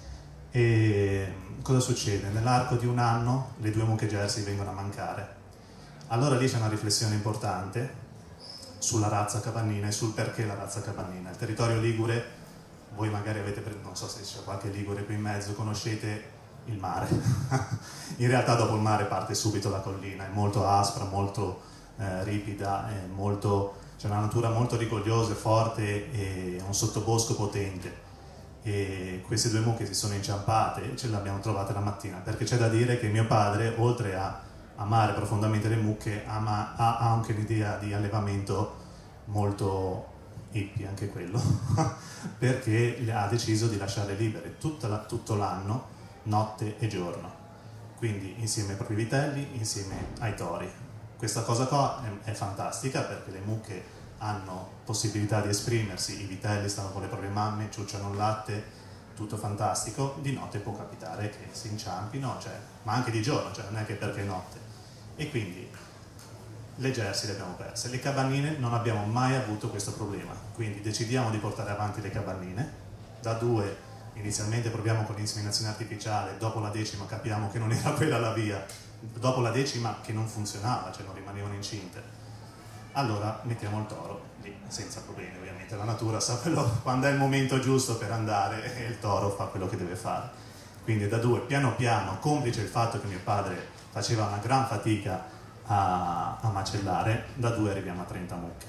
E cosa succede? Nell'arco di un anno le due mucche Jersey vengono a mancare. Allora lì c'è una riflessione importante sulla razza cabannina e sul perché la razza cabannina. Il territorio ligure, voi magari avete, non so se c'è qualche ligure qui in mezzo, conoscete il mare. In realtà dopo il mare parte subito la collina, è molto aspra, molto eh, ripida, è molto, c'è una natura molto rigogliosa, forte e un sottobosco potente. E queste due mucche si sono inciampate e ce le abbiamo trovate la mattina, perché c'è da dire che mio padre, oltre a amare profondamente le mucche, ama, ha anche l'idea di allevamento molto hippie, anche quello, perché ha deciso di lasciarle libere tutta la, tutto l'anno, notte e giorno, quindi insieme ai propri vitelli, insieme ai tori. Questa cosa qua è, è fantastica, perché le mucche hanno possibilità di esprimersi, i vitelli stanno con le proprie mamme, ciucciano il latte, tutto fantastico. Di notte può capitare che si inciampino, cioè, ma anche di giorno, cioè non è che perché notte. E quindi le Jersey le abbiamo perse. Le cabannine non abbiamo mai avuto questo problema, quindi decidiamo di portare avanti le cabannine. Da due inizialmente proviamo con l'inseminazione artificiale, dopo la decima capiamo che non era quella la via, dopo la decima che non funzionava, cioè non rimanevano incinte. Allora mettiamo il toro lì, senza problemi, ovviamente la natura sa quello, quando è il momento giusto per andare, e il toro fa quello che deve fare. Quindi da due, piano piano, complice il fatto che mio padre faceva una gran fatica a, a macellare, da due arriviamo a trenta mucche.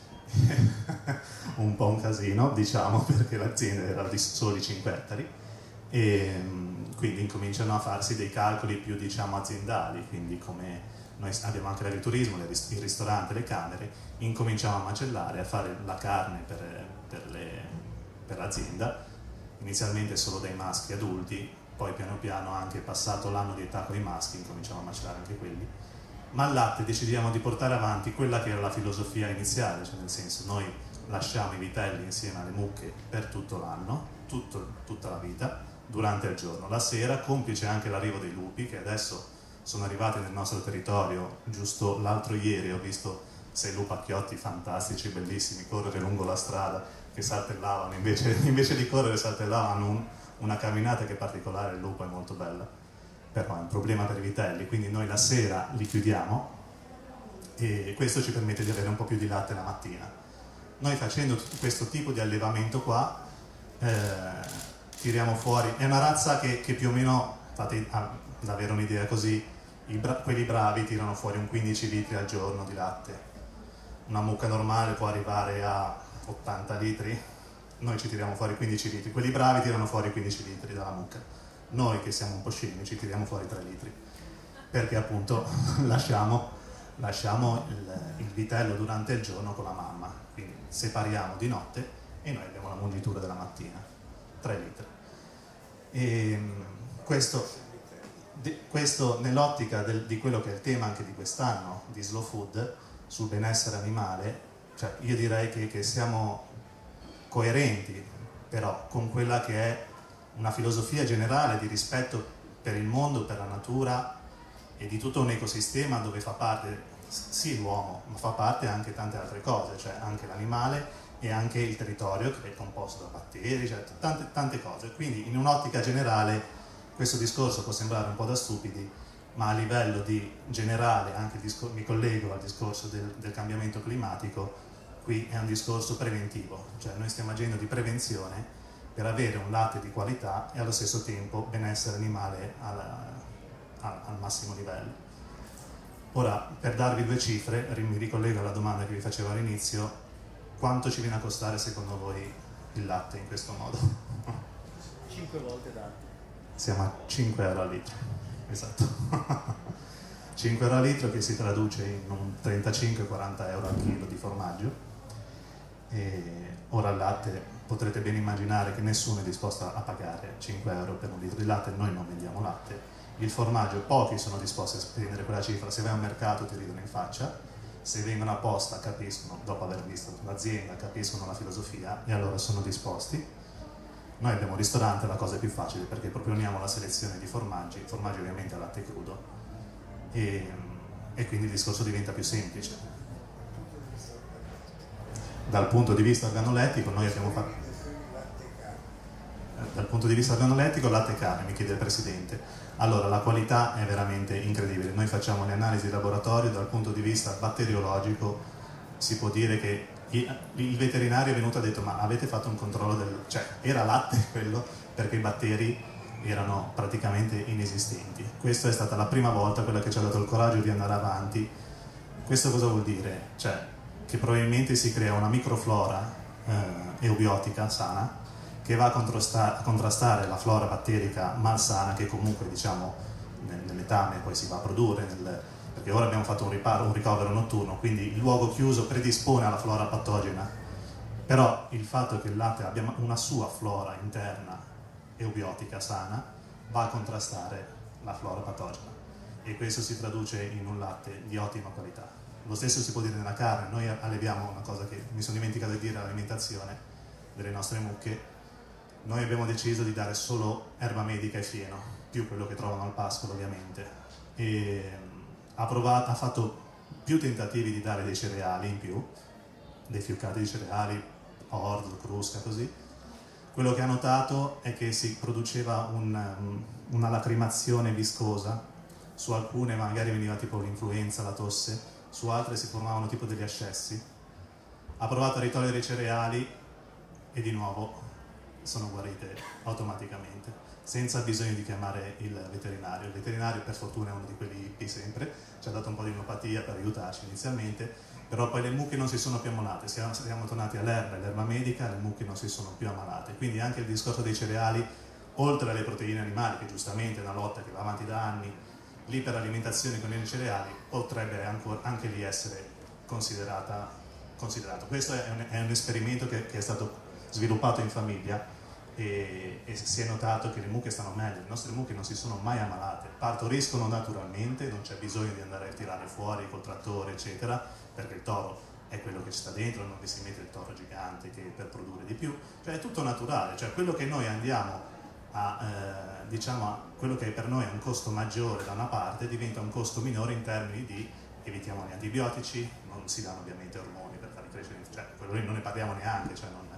Un po' un casino, diciamo, perché l'azienda era di soli cinque ettari, e quindi incominciano a farsi dei calcoli più, diciamo, aziendali, quindi come noi abbiamo anche l'agriturismo, il ristorante, le camere, incominciamo a macellare, a fare la carne per, per, le, per l'azienda, inizialmente solo dai maschi adulti, poi piano piano, anche passato l'anno di età con i maschi, incominciamo a macellare anche quelli. Ma al latte decidiamo di portare avanti quella che era la filosofia iniziale, cioè nel senso noi lasciamo i vitelli insieme alle mucche per tutto l'anno, tutto, tutta la vita, durante il giorno. La sera, complice anche l'arrivo dei lupi, che adesso sono arrivati nel nostro territorio, giusto l'altro ieri ho visto sei lupacchiotti fantastici, bellissimi, correre lungo la strada, che saltellavano, invece, invece di correre saltellavano un, una camminata che è particolare, il lupo è molto bella, però è un problema per i vitelli, quindi noi la sera li chiudiamo e questo ci permette di avere un po' più di latte la mattina. Noi facendo questo tipo di allevamento qua, eh, tiriamo fuori, è una razza che, che più o meno, fate ad avere un'idea così, I bra quelli bravi tirano fuori un quindici litri al giorno di latte. Una mucca normale può arrivare a ottanta litri, noi ci tiriamo fuori quindici litri, quelli bravi tirano fuori quindici litri dalla mucca. Noi che siamo un po' scemi ci tiriamo fuori tre litri, perché appunto lasciamo, lasciamo il, il vitello durante il giorno con la mamma, quindi separiamo di notte e noi abbiamo la mungitura della mattina, tre litri. E questo, questo nell'ottica di quello che è il tema anche di quest'anno di Slow Food sul benessere animale, cioè io direi che, che siamo coerenti però con quella che è una filosofia generale di rispetto per il mondo, per la natura e di tutto un ecosistema dove fa parte sì l'uomo, ma fa parte anche tante altre cose, cioè anche l'animale e anche il territorio che è composto da batteri, cioè tante, tante cose. Quindi in un'ottica generale questo discorso può sembrare un po' da stupidi, ma a livello di generale, anche discor- mi collego al discorso del, del cambiamento climatico, qui è un discorso preventivo, cioè noi stiamo agendo di prevenzione per avere un latte di qualità e allo stesso tempo benessere animale al, al, al massimo livello. Ora, per darvi due cifre, mi ricollego alla domanda che vi facevo all'inizio: quanto ci viene a costare secondo voi il latte in questo modo? cinque volte tanto. Siamo a cinque euro al litro, esatto. cinque euro al litro che si traduce in un trentacinque quaranta euro al chilo di formaggio. E ora il latte, potrete ben immaginare che nessuno è disposto a pagare cinque euro per un litro di latte, noi non vendiamo latte. Il formaggio, pochi sono disposti a spendere quella cifra, se vai a un mercato ti ridono in faccia, se vengono apposta capiscono, dopo aver visto l'azienda, capiscono la filosofia e allora sono disposti. Noi abbiamo un ristorante, la cosa è più facile perché proponiamo la selezione di formaggi, formaggi ovviamente a latte crudo e, e quindi il discorso diventa più semplice. Dal punto di vista organolettico noi abbiamo fatto... Dal punto di vista organolettico latte e carne, mi chiede il Presidente. Allora, la qualità è veramente incredibile. Noi facciamo le analisi di laboratorio, dal punto di vista batteriologico si può dire che il veterinario è venuto e ha detto: ma avete fatto un controllo del... cioè era latte quello, perché i batteri erano praticamente inesistenti. Questa è stata la prima volta, quella che ci ha dato il coraggio di andare avanti. Questo cosa vuol dire? Cioè che probabilmente si crea una microflora eh, eubiotica sana che va a contrastare la flora batterica malsana che comunque diciamo nel, nel letame poi si va a produrre, nel, perché ora abbiamo fatto un, riparo, un ricovero notturno, quindi il luogo chiuso predispone alla flora patogena, però il fatto che il latte abbia una sua flora interna eubiotica sana va a contrastare la flora patogena e questo si traduce in un latte di ottima qualità. Lo stesso si può dire nella carne. Noi alleviamo una cosa che mi sono dimenticato di dire all'alimentazione delle nostre mucche. Noi abbiamo deciso di dare solo erba medica e fieno, più quello che trovano al pascolo ovviamente. E ha, provato, ha fatto più tentativi di dare dei cereali in più, dei fiuccati di cereali, orzo, crusca, così. Quello che ha notato è che si produceva un, una lacrimazione viscosa, su alcune magari veniva tipo l'influenza, la tosse, su altre si formavano tipo degli ascessi. Ha provato a ritogliere i cereali e di nuovo sono guarite automaticamente, senza bisogno di chiamare il veterinario. Il veterinario per fortuna è uno di quelli hippie sempre, ci ha dato un po' di omeopatia per aiutarci inizialmente, però poi le mucche non si sono più ammalate, siamo, siamo tornati all'erba e all'erba medica, le mucche non si sono più ammalate. Quindi anche il discorso dei cereali, oltre alle proteine animali, che giustamente è una lotta che va avanti da anni, l'iperalimentazione con i cereali potrebbe ancora, anche lì essere considerata, considerato. Questo è un, è un esperimento che, che è stato sviluppato in famiglia e, e si è notato che le mucche stanno meglio, le nostre mucche non si sono mai ammalate, partoriscono naturalmente, non c'è bisogno di andare a tirare fuori col trattore eccetera, perché il toro è quello che ci sta dentro, non vi si mette il toro gigante che per produrre di più, cioè è tutto naturale, cioè quello che noi andiamo a, eh, diciamo a quello che per noi è un costo maggiore da una parte diventa un costo minore in termini di evitiamo gli antibiotici, non si danno ovviamente ormoni per far crescere, cioè quello lì non ne parliamo neanche, cioè non,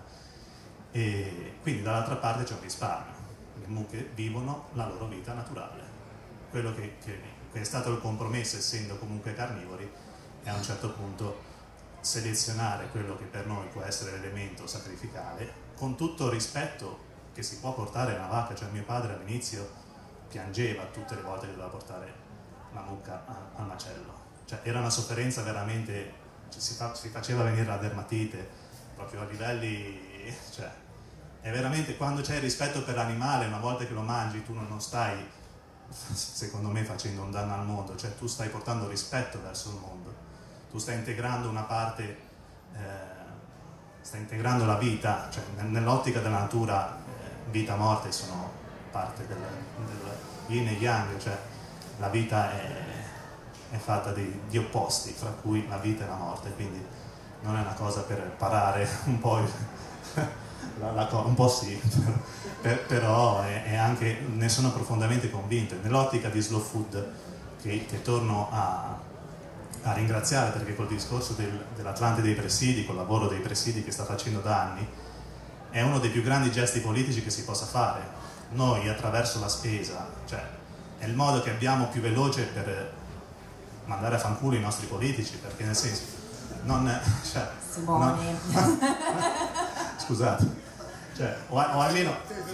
e quindi dall'altra parte c'è un risparmio, le mucche vivono la loro vita naturale. Quello che, che, che è stato il compromesso, essendo comunque carnivori, è a un certo punto selezionare quello che per noi può essere l'elemento sacrificale, con tutto il rispetto che si può portare a una vacca. Cioè mio padre all'inizio piangeva tutte le volte che doveva portare la mucca al macello, cioè era una sofferenza veramente, cioè, si, fa, si faceva venire la dermatite proprio a livelli, cioè è veramente, quando c'è il rispetto per l'animale, una volta che lo mangi tu non stai, secondo me, facendo un danno al mondo, cioè tu stai portando rispetto verso il mondo, tu stai integrando una parte eh, sta integrando la vita, cioè nell'ottica della natura eh, vita e morte sono parte del, del yin e yang, cioè la vita è, è fatta di, di opposti, fra cui la vita e la morte, quindi non è una cosa per parare un po', la, la, un po' sì, per, però è, è anche, ne sono profondamente convinto. Nell'ottica di Slow Food, che, che torno a, a ringraziare, perché col discorso del, dell'Atlante dei presidi, col lavoro dei presidi che sta facendo da anni, è uno dei più grandi gesti politici che si possa fare. Noi attraverso la spesa, cioè è il modo che abbiamo più veloce per mandare a fanculo i nostri politici, perché nel senso non cioè, Simone no, scusate, cioè, o, o almeno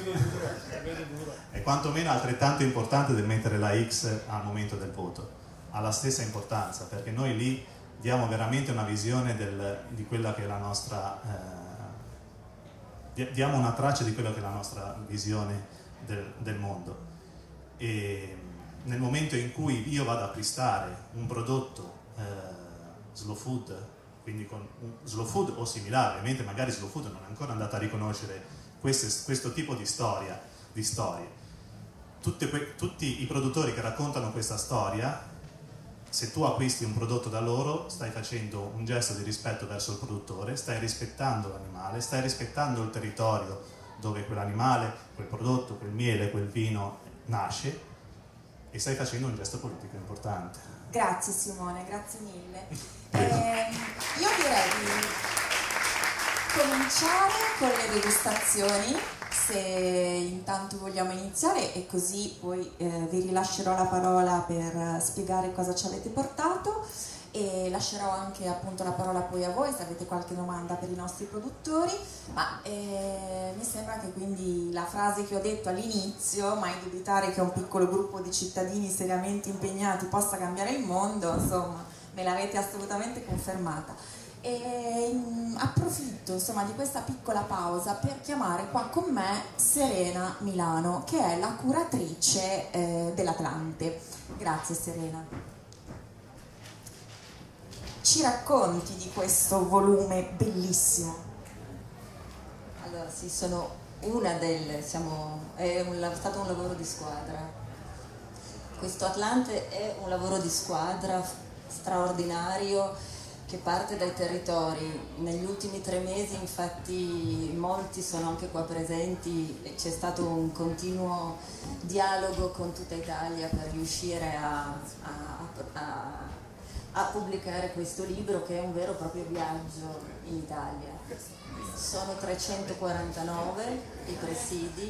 è quantomeno altrettanto importante del mettere la X al momento del voto, ha la stessa importanza, perché noi lì diamo veramente una visione del, di quella che è la nostra eh, diamo una traccia di quella che è la nostra visione del, del mondo. E nel momento in cui io vado ad acquistare un prodotto eh, slow food, quindi con un slow food o similare, ovviamente magari slow food non è ancora andata a riconoscere queste, questo tipo di storia, di storie. Tutte que, tutti i produttori che raccontano questa storia, se tu acquisti un prodotto da loro, stai facendo un gesto di rispetto verso il produttore, stai rispettando l'animale, stai rispettando il territorio dove quell'animale, quel prodotto, quel miele, quel vino nasce, e stai facendo un gesto politico importante. Grazie Simone, grazie mille. Eh, io direi di cominciare con le degustazioni, se intanto vogliamo iniziare, e così poi eh, vi rilascerò la parola per spiegare cosa ci avete portato, e lascerò anche appunto la parola poi a voi se avete qualche domanda per i nostri produttori. Ma eh, mi sembra che quindi la frase che ho detto all'inizio, mai dubitare che un piccolo gruppo di cittadini seriamente impegnati possa cambiare il mondo, insomma me l'avete assolutamente confermata. E mh, approfitto insomma di questa piccola pausa per chiamare qua con me Serena Milano, che è la curatrice eh, dell'Atlante. Grazie Serena. Ci racconti di questo volume bellissimo? Allora sì, sono una delle, siamo, è, un, è stato un lavoro di squadra. Questo Atlante è un lavoro di squadra straordinario che parte dai territori. Negli ultimi tre mesi infatti molti sono anche qua presenti e c'è stato un continuo dialogo con tutta Italia per riuscire a, a, a a pubblicare questo libro, che è un vero e proprio viaggio in Italia. Sono trecentoquarantanove i presidi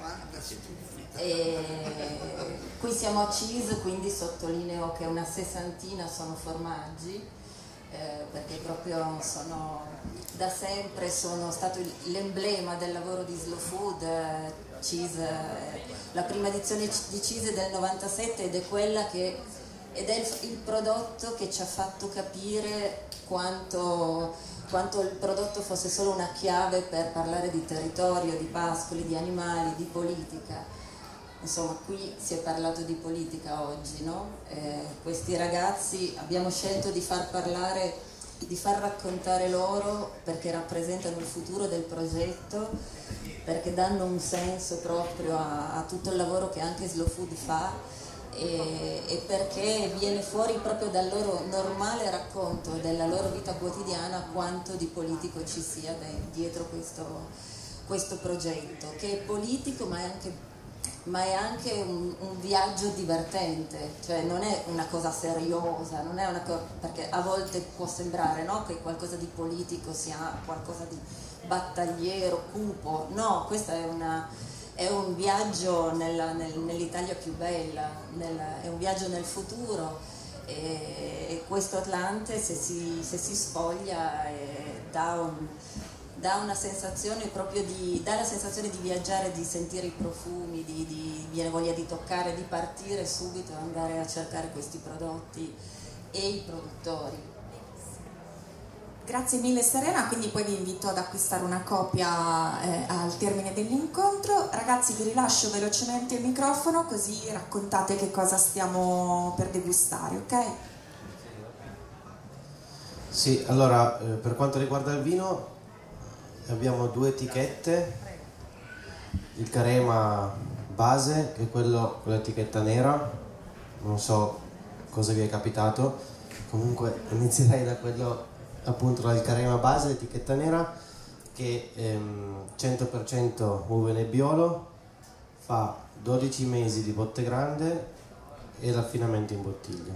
e qui siamo a Cheese, quindi sottolineo che una sessantina sono formaggi, eh, perché proprio sono da sempre sono stato l'emblema del lavoro di Slow Food. eh, Cheese, eh, la prima edizione di Cheese è del novantasette ed è quella che ed è il, il prodotto che ci ha fatto capire quanto, quanto il prodotto fosse solo una chiave per parlare di territorio, di pascoli, di animali, di politica. Insomma, qui si è parlato di politica oggi, no? Eh, questi ragazzi abbiamo scelto di far parlare, di far raccontare loro, perché rappresentano il futuro del progetto, perché danno un senso proprio a, a tutto il lavoro che anche Slow Food fa. E, e perché viene fuori proprio dal loro normale racconto della loro vita quotidiana quanto di politico ci sia dietro questo, questo progetto, che è politico ma è anche, ma è anche un, un viaggio divertente, cioè non è una cosa seriosa, non è una co- perché a volte può sembrare, no, che qualcosa di politico sia qualcosa di battagliero, cupo. No, questa è una è un viaggio nella, nel, nell'Italia più bella, nel, è un viaggio nel futuro, e, e questo Atlante, se si, se si sfoglia, eh, dà, un, dà una sensazione proprio di, dà la sensazione di viaggiare, di sentire i profumi, di, di, viene voglia di toccare, di partire subito e andare a cercare questi prodotti e i produttori. Grazie mille Serena, quindi poi vi invito ad acquistare una copia eh, al termine dell'incontro. Ragazzi, vi rilascio velocemente il microfono così raccontate che cosa stiamo per degustare, ok? Sì, allora eh, per quanto riguarda il vino abbiamo due etichette, il Carema base, che è quello con l'etichetta nera, non so cosa vi è capitato, comunque inizierei da quello appunto dal Carema base, etichetta nera, che è cento per cento uve Nebbiolo, fa dodici mesi di botte grande e l'affinamento in bottiglia.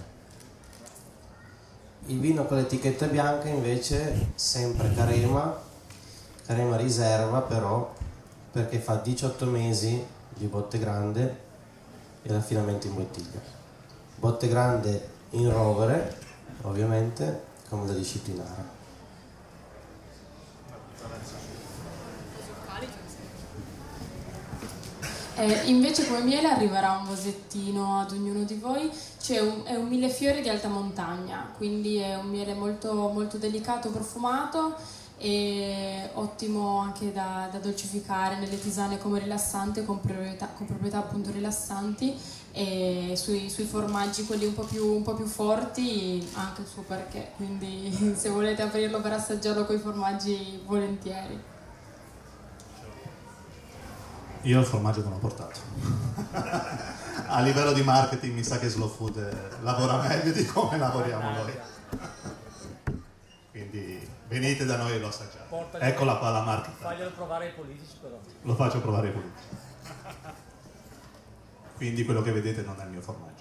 Il vino con l'etichetta bianca invece sempre Carema, Carema riserva però, perché fa diciotto mesi di botte grande e l'affinamento in bottiglia. Botte grande in rovere, ovviamente, come da disciplinare. Eh, invece come miele arriverà un vasettino ad ognuno di voi, c'è un, è un millefiori di alta montagna, quindi è un miele molto, molto delicato, profumato e ottimo anche da, da dolcificare nelle tisane come rilassante, con proprietà, con proprietà appunto rilassanti, e sui, sui formaggi quelli un po' più, un po' più forti anche il suo perché, quindi se volete aprirlo per assaggiarlo con i formaggi, volentieri. Io il formaggio non l'ho portato. A livello di marketing mi sa che Slow Food lavora meglio di come lavoriamo noi. Quindi venite da noi e lo assaggiate. Portagli- Ecco la palla marketing. Faglielo provare ai politici però. Lo faccio provare ai politici. Quindi quello che vedete non è il mio formaggio.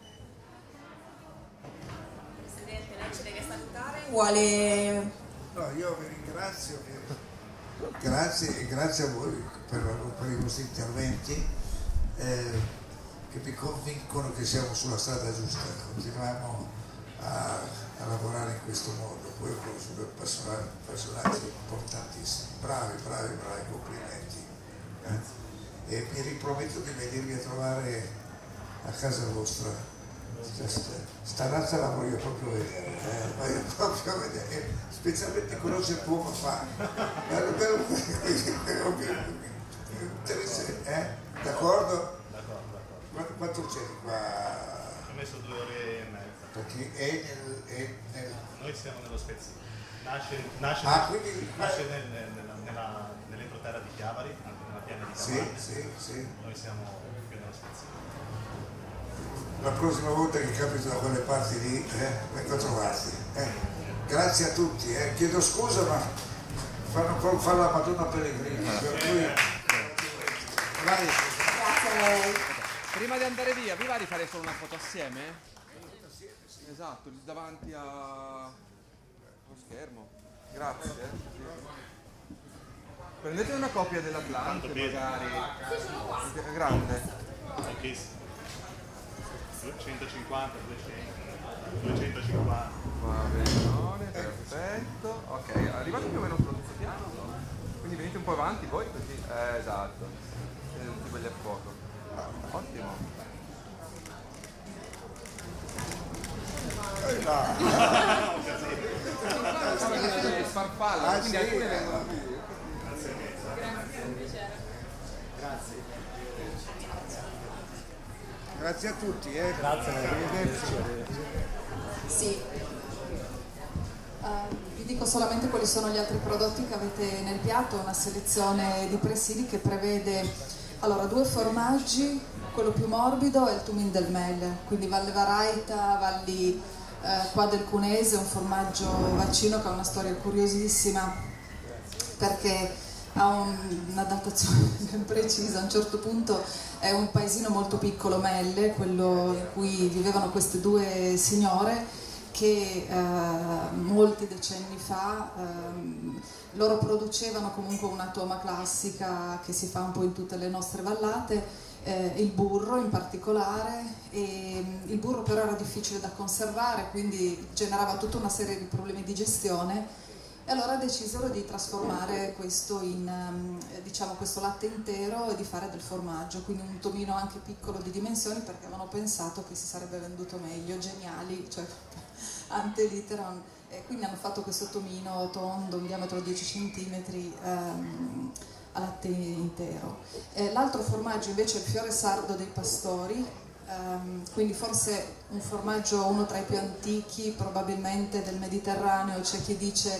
Presidente, lei ci deve salutare. Vuole... No, io vi ringrazio, che... grazie e grazie a voi per, per i vostri interventi eh, che mi convincono che siamo sulla strada giusta. Continuiamo a, a lavorare in questo modo. Poi ho conosciuto personaggi, personaggi importantissimi, bravi, bravi, bravi, complimenti. Eh? E mi riprometto di venirvi a trovare a casa vostra. Sta razza la voglio proprio vedere, eh? voglio proprio vedere, specialmente conoscere come fa. Bello, bello, interessante, eh? D'accordo? D'accordo, d'accordo. Quanto c'è qua? Ho messo due ore e mezza. Perché è nel... È nel... Noi siamo nello Spezzino. Nasce, nasce, Ah, quindi... nasce nel, nella, nella, nell'entroterra di Chiavari, anche nella piana di Sì, Cavalli. sì, sì. Noi siamo qui nello Spezzino. La prossima volta che capito da quelle parti lì, eh, vengo a trovarti. Eh. Grazie a tutti, eh. Chiedo scusa ma fanno proprio fare la Madonna Pellegrina, per cui... Vai. Grazie a lei. Prima di andare via, vi va di fare solo una foto assieme? Esatto, lì davanti a... allo schermo. Grazie. Sì. Prendete una copia dell'Atlante magari. È grande. Pochissimo. centocinquanta, duecento, duecentocinquanta. Va bene, perfetto. Ok, arrivate più o meno sullo stesso piano? Quindi venite un po' avanti voi così. Eh, esatto. Siete tutti belli a fuoco. Ottimo. Sfarfalla, Ah, quindi sì, alcune eh. vengono. Grazie. Grazie a tutti, eh. Grazie, arrivederci. Sì. Uh, vi dico solamente quali sono gli altri prodotti che avete nel piatto, una selezione di presidi che prevede allora due formaggi, quello più morbido è il Tumin del Mel, quindi Valle Varaita, Valli uh, qua del Cunese, un formaggio vaccino che ha una storia curiosissima perché ha un, una datazione ben precisa. A un certo punto è un paesino molto piccolo, Melle, quello in cui vivevano queste due signore che eh, molti decenni fa eh, loro producevano comunque una toma classica che si fa un po' in tutte le nostre vallate, eh, il burro in particolare, e il burro però era difficile da conservare, quindi generava tutta una serie di problemi di gestione. E allora decisero di trasformare questo in, diciamo, questo latte intero e di fare del formaggio, quindi un tomino anche piccolo di dimensioni perché avevano pensato che si sarebbe venduto meglio, geniali, cioè ante litteram, e quindi hanno fatto questo tomino tondo, un diametro dieci centimetri, ehm, a latte intero. Eh, l'altro formaggio invece è il fiore sardo dei pastori, ehm, quindi forse un formaggio uno tra i più antichi probabilmente del Mediterraneo, c'è chi dice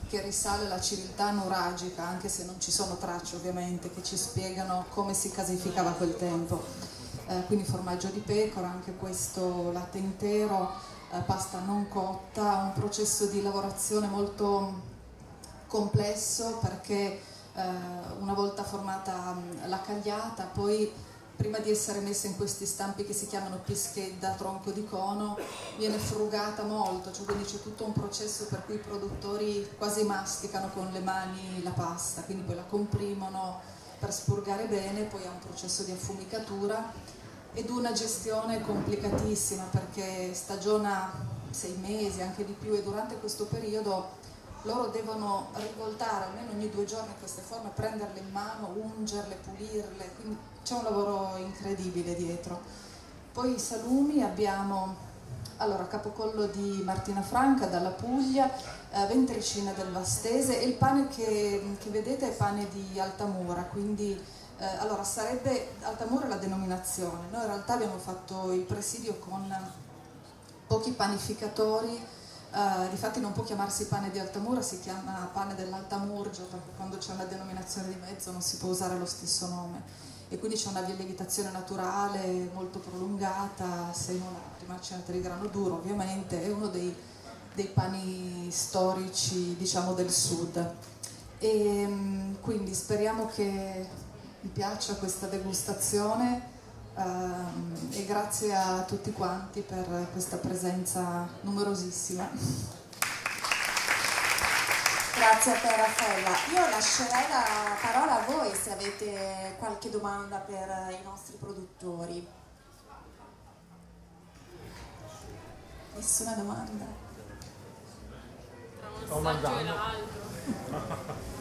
che risale alla civiltà nuragica, anche se non ci sono tracce ovviamente che ci spiegano come si casificava a quel tempo. Eh, quindi formaggio di pecora, anche questo latte intero, eh, pasta non cotta, un processo di lavorazione molto complesso perché eh, una volta formata mh, la cagliata, poi prima di essere messa in questi stampi che si chiamano pischedda, tronco di cono, viene frugata molto, cioè quindi c'è tutto un processo per cui i produttori quasi masticano con le mani la pasta, quindi poi la comprimono per spurgare bene, poi ha un processo di affumicatura ed una gestione complicatissima perché stagiona sei mesi, anche di più, e durante questo periodo loro devono rivoltare almeno ogni due giorni queste forme, prenderle in mano, ungerle, pulirle, quindi c'è un lavoro incredibile dietro. Poi i salumi abbiamo, allora, capocollo di Martina Franca dalla Puglia, eh, ventricina del Vastese, e il pane che, che vedete è pane di Altamura, quindi eh, allora sarebbe, Altamura è la denominazione, noi in realtà abbiamo fatto il presidio con pochi panificatori. Uh, difatti non può chiamarsi pane di Altamura, si chiama pane dell'Altamurgio, perché quando c'è una denominazione di mezzo non si può usare lo stesso nome, e quindi c'è una lievitazione naturale molto prolungata, semolati, macinate di grano duro, ovviamente è uno dei, dei pani storici, diciamo, del sud. E um, quindi speriamo che vi piaccia questa degustazione. Uh, e grazie a tutti quanti per questa presenza numerosissima. Grazie a te Raffaella. Io lascerei la parola a voi se avete qualche domanda per i nostri produttori. Nessuna domanda? Sto mangiando.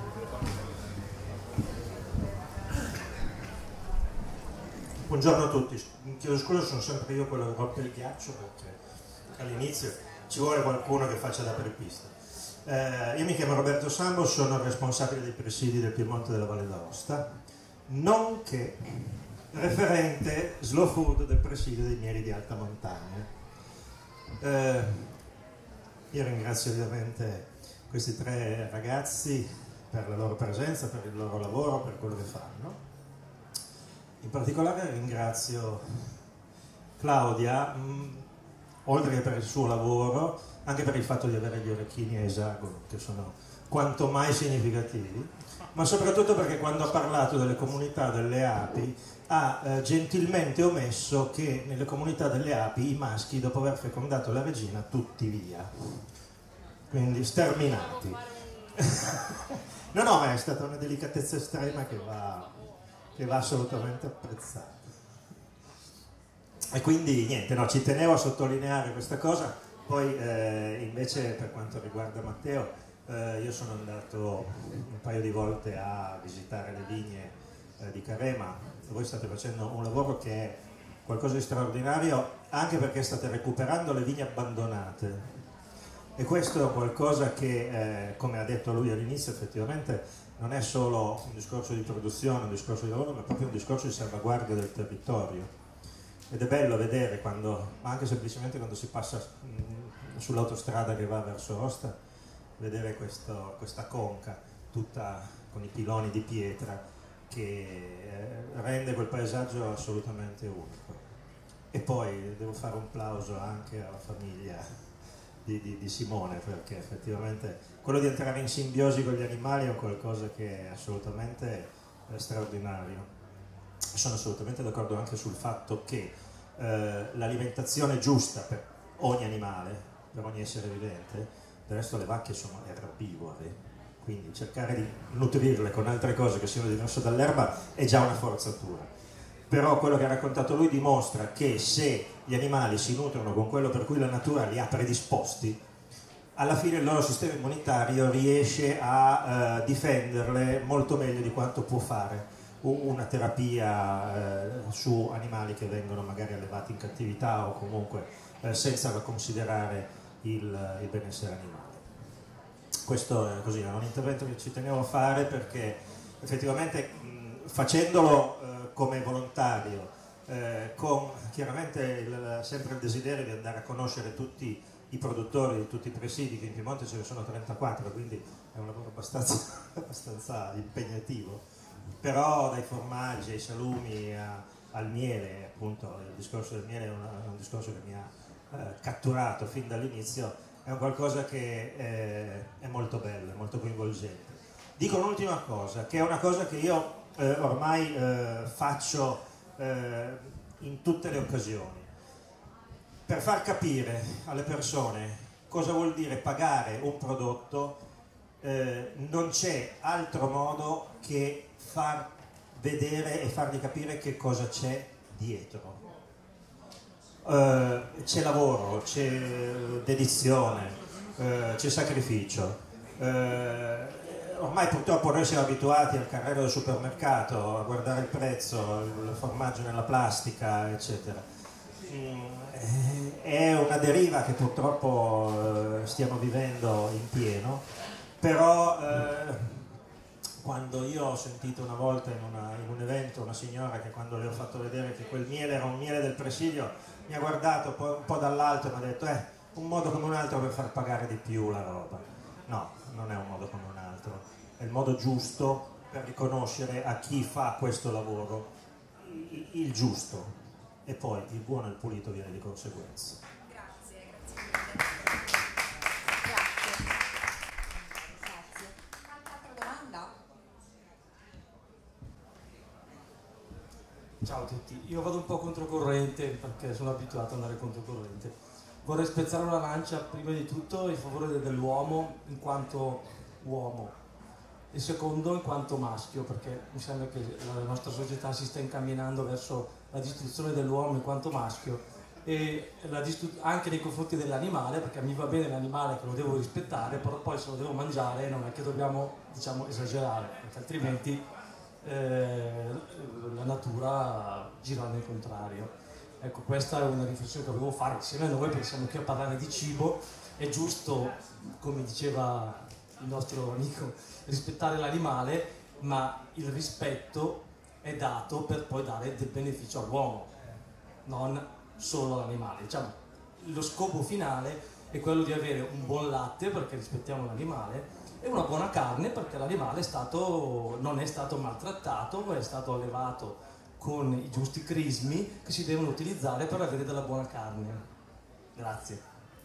Buongiorno a tutti, chiedo scusa, sono sempre io quello che rompe il ghiaccio perché all'inizio ci vuole qualcuno che faccia da apripista. Eh, io mi chiamo Roberto Sambo, sono il responsabile dei presidi del Piemonte della Valle d'Aosta, nonché referente slow food del presidio dei Mieri di Alta Montagna. Eh, io ringrazio ovviamente questi tre ragazzi per la loro presenza, per il loro lavoro, per quello che fanno. In particolare ringrazio Claudia, mh, oltre che per il suo lavoro, anche per il fatto di avere gli orecchini a esagono, che sono quanto mai significativi, ma soprattutto perché quando ha parlato delle comunità delle api ha eh, gentilmente omesso che nelle comunità delle api i maschi, dopo aver fecondato la regina, tutti via, quindi sterminati. No, no, ma è stata una delicatezza estrema che va... che va assolutamente apprezzata. E quindi niente, no, ci tenevo a sottolineare questa cosa. Poi eh, invece per quanto riguarda Matteo, eh, io sono andato un paio di volte a visitare le vigne eh, di Carema. Voi state facendo un lavoro che è qualcosa di straordinario, anche perché state recuperando le vigne abbandonate, e questo è qualcosa che, eh, come ha detto lui all'inizio, effettivamente non è solo un discorso di produzione, un discorso di lavoro, ma proprio un discorso di salvaguardia del territorio. Ed è bello vedere quando, ma anche semplicemente quando si passa mh, sull'autostrada che va verso Aosta, vedere questo, questa conca tutta con i piloni di pietra che eh, rende quel paesaggio assolutamente unico. E poi devo fare un plauso anche alla famiglia Di, di, di Simone, perché effettivamente quello di entrare in simbiosi con gli animali è qualcosa che è assolutamente eh, straordinario. Sono assolutamente d'accordo anche sul fatto che eh, l'alimentazione giusta per ogni animale, per ogni essere vivente, del resto le vacche sono erbivore, quindi cercare di nutrirle con altre cose che siano diverse dall'erba è già una forzatura. Però quello che ha raccontato lui dimostra che se gli animali si nutrono con quello per cui la natura li ha predisposti, alla fine il loro sistema immunitario riesce a eh, difenderle molto meglio di quanto può fare una terapia eh, su animali che vengono magari allevati in cattività o comunque eh, senza considerare il, il benessere animale. Questo è così, è un intervento che ci tenevo a fare perché effettivamente mh, facendolo eh, come volontario, eh, con chiaramente il, sempre il desiderio di andare a conoscere tutti i produttori di tutti i presidi, che in Piemonte ce ne sono trentaquattro, quindi è un lavoro abbastanza, abbastanza impegnativo, però dai formaggi ai salumi a, al miele, appunto il discorso del miele è, una, è un discorso che mi ha eh, catturato fin dall'inizio, è un qualcosa che eh, è molto bello, è molto coinvolgente. Dico un'ultima cosa, che è una cosa che io eh, ormai eh, faccio eh, in tutte le occasioni, per far capire alle persone cosa vuol dire pagare un prodotto. Eh, non c'è altro modo che far vedere e fargli capire che cosa c'è dietro. Eh, c'è lavoro, c'è dedizione, eh, c'è sacrificio. Eh, ormai purtroppo noi siamo abituati al carrello del supermercato, a guardare il prezzo, il formaggio nella plastica, eccetera. È una deriva che purtroppo eh, stiamo vivendo in pieno, però eh, quando io ho sentito una volta in, una, in un evento una signora che, quando le ho fatto vedere che quel miele era un miele del presidio, mi ha guardato un po', un po' dall'alto e mi ha detto eh, un modo come un altro per far pagare di più la roba. No, non è un modo come un altro, è il modo giusto per riconoscere a chi fa questo lavoro il, il giusto. E poi il buono e il pulito viene di conseguenza. Grazie, grazie mille. Grazie. Grazie. Qualche altra domanda? Ciao a tutti, io vado un po' controcorrente perché sono abituato ad andare controcorrente. Vorrei spezzare una lancia prima di tutto in favore dell'uomo in quanto uomo e secondo in quanto maschio, perché mi sembra che la nostra società si sta incamminando verso la distruzione dell'uomo in quanto maschio e la anche nei confronti dell'animale, perché mi va bene l'animale che lo devo rispettare, però poi se lo devo mangiare non è che dobbiamo, diciamo, esagerare, perché altrimenti eh, la natura gira nel contrario. Ecco, questa è una riflessione che volevo fare insieme a noi. Pensiamo che a parlare di cibo è giusto, come diceva il nostro amico, rispettare l'animale, ma il rispetto è dato per poi dare del beneficio all'uomo, non solo all'animale. Diciamo, lo scopo finale è quello di avere un buon latte, perché rispettiamo l'animale, e una buona carne, perché l'animale è stato, non è stato maltrattato, è stato allevato con i giusti crismi che si devono utilizzare per avere della buona carne. Grazie.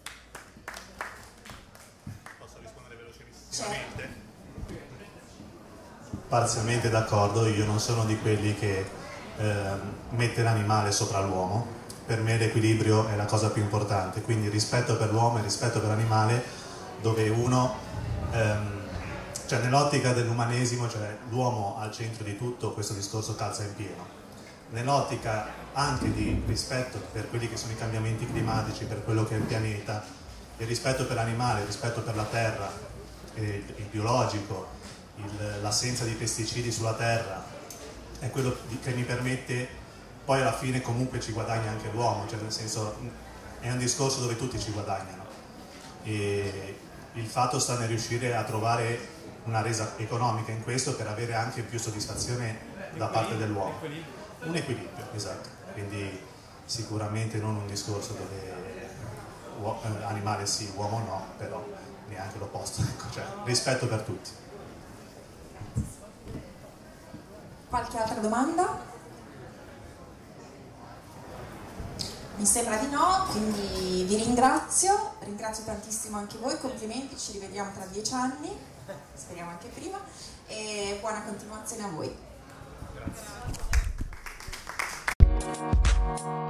Posso rispondere velocissimamente? Parzialmente d'accordo, io non sono di quelli che eh, mette l'animale sopra l'uomo. Per me l'equilibrio è la cosa più importante, quindi rispetto per l'uomo e rispetto per l'animale, dove uno, ehm, cioè nell'ottica dell'umanesimo, cioè l'uomo al centro di tutto, questo discorso calza in pieno. Nell'ottica anche di rispetto per quelli che sono i cambiamenti climatici, per quello che è il pianeta, il rispetto per l'animale, il rispetto per la terra, il, il biologico, l'assenza di pesticidi sulla terra, è quello che mi permette, poi alla fine comunque ci guadagna anche l'uomo, cioè nel senso è un discorso dove tutti ci guadagnano, e il fatto sta nel riuscire a trovare una resa economica in questo per avere anche più soddisfazione da parte dell'uomo. Un equilibrio, esatto, quindi sicuramente non un discorso dove animale sì, uomo no, però neanche l'opposto, ecco, cioè rispetto per tutti. Qualche altra domanda? Mi sembra di no, quindi vi ringrazio, ringrazio tantissimo anche voi, complimenti, ci rivediamo tra dieci anni, speriamo anche prima, e buona continuazione a voi. Grazie.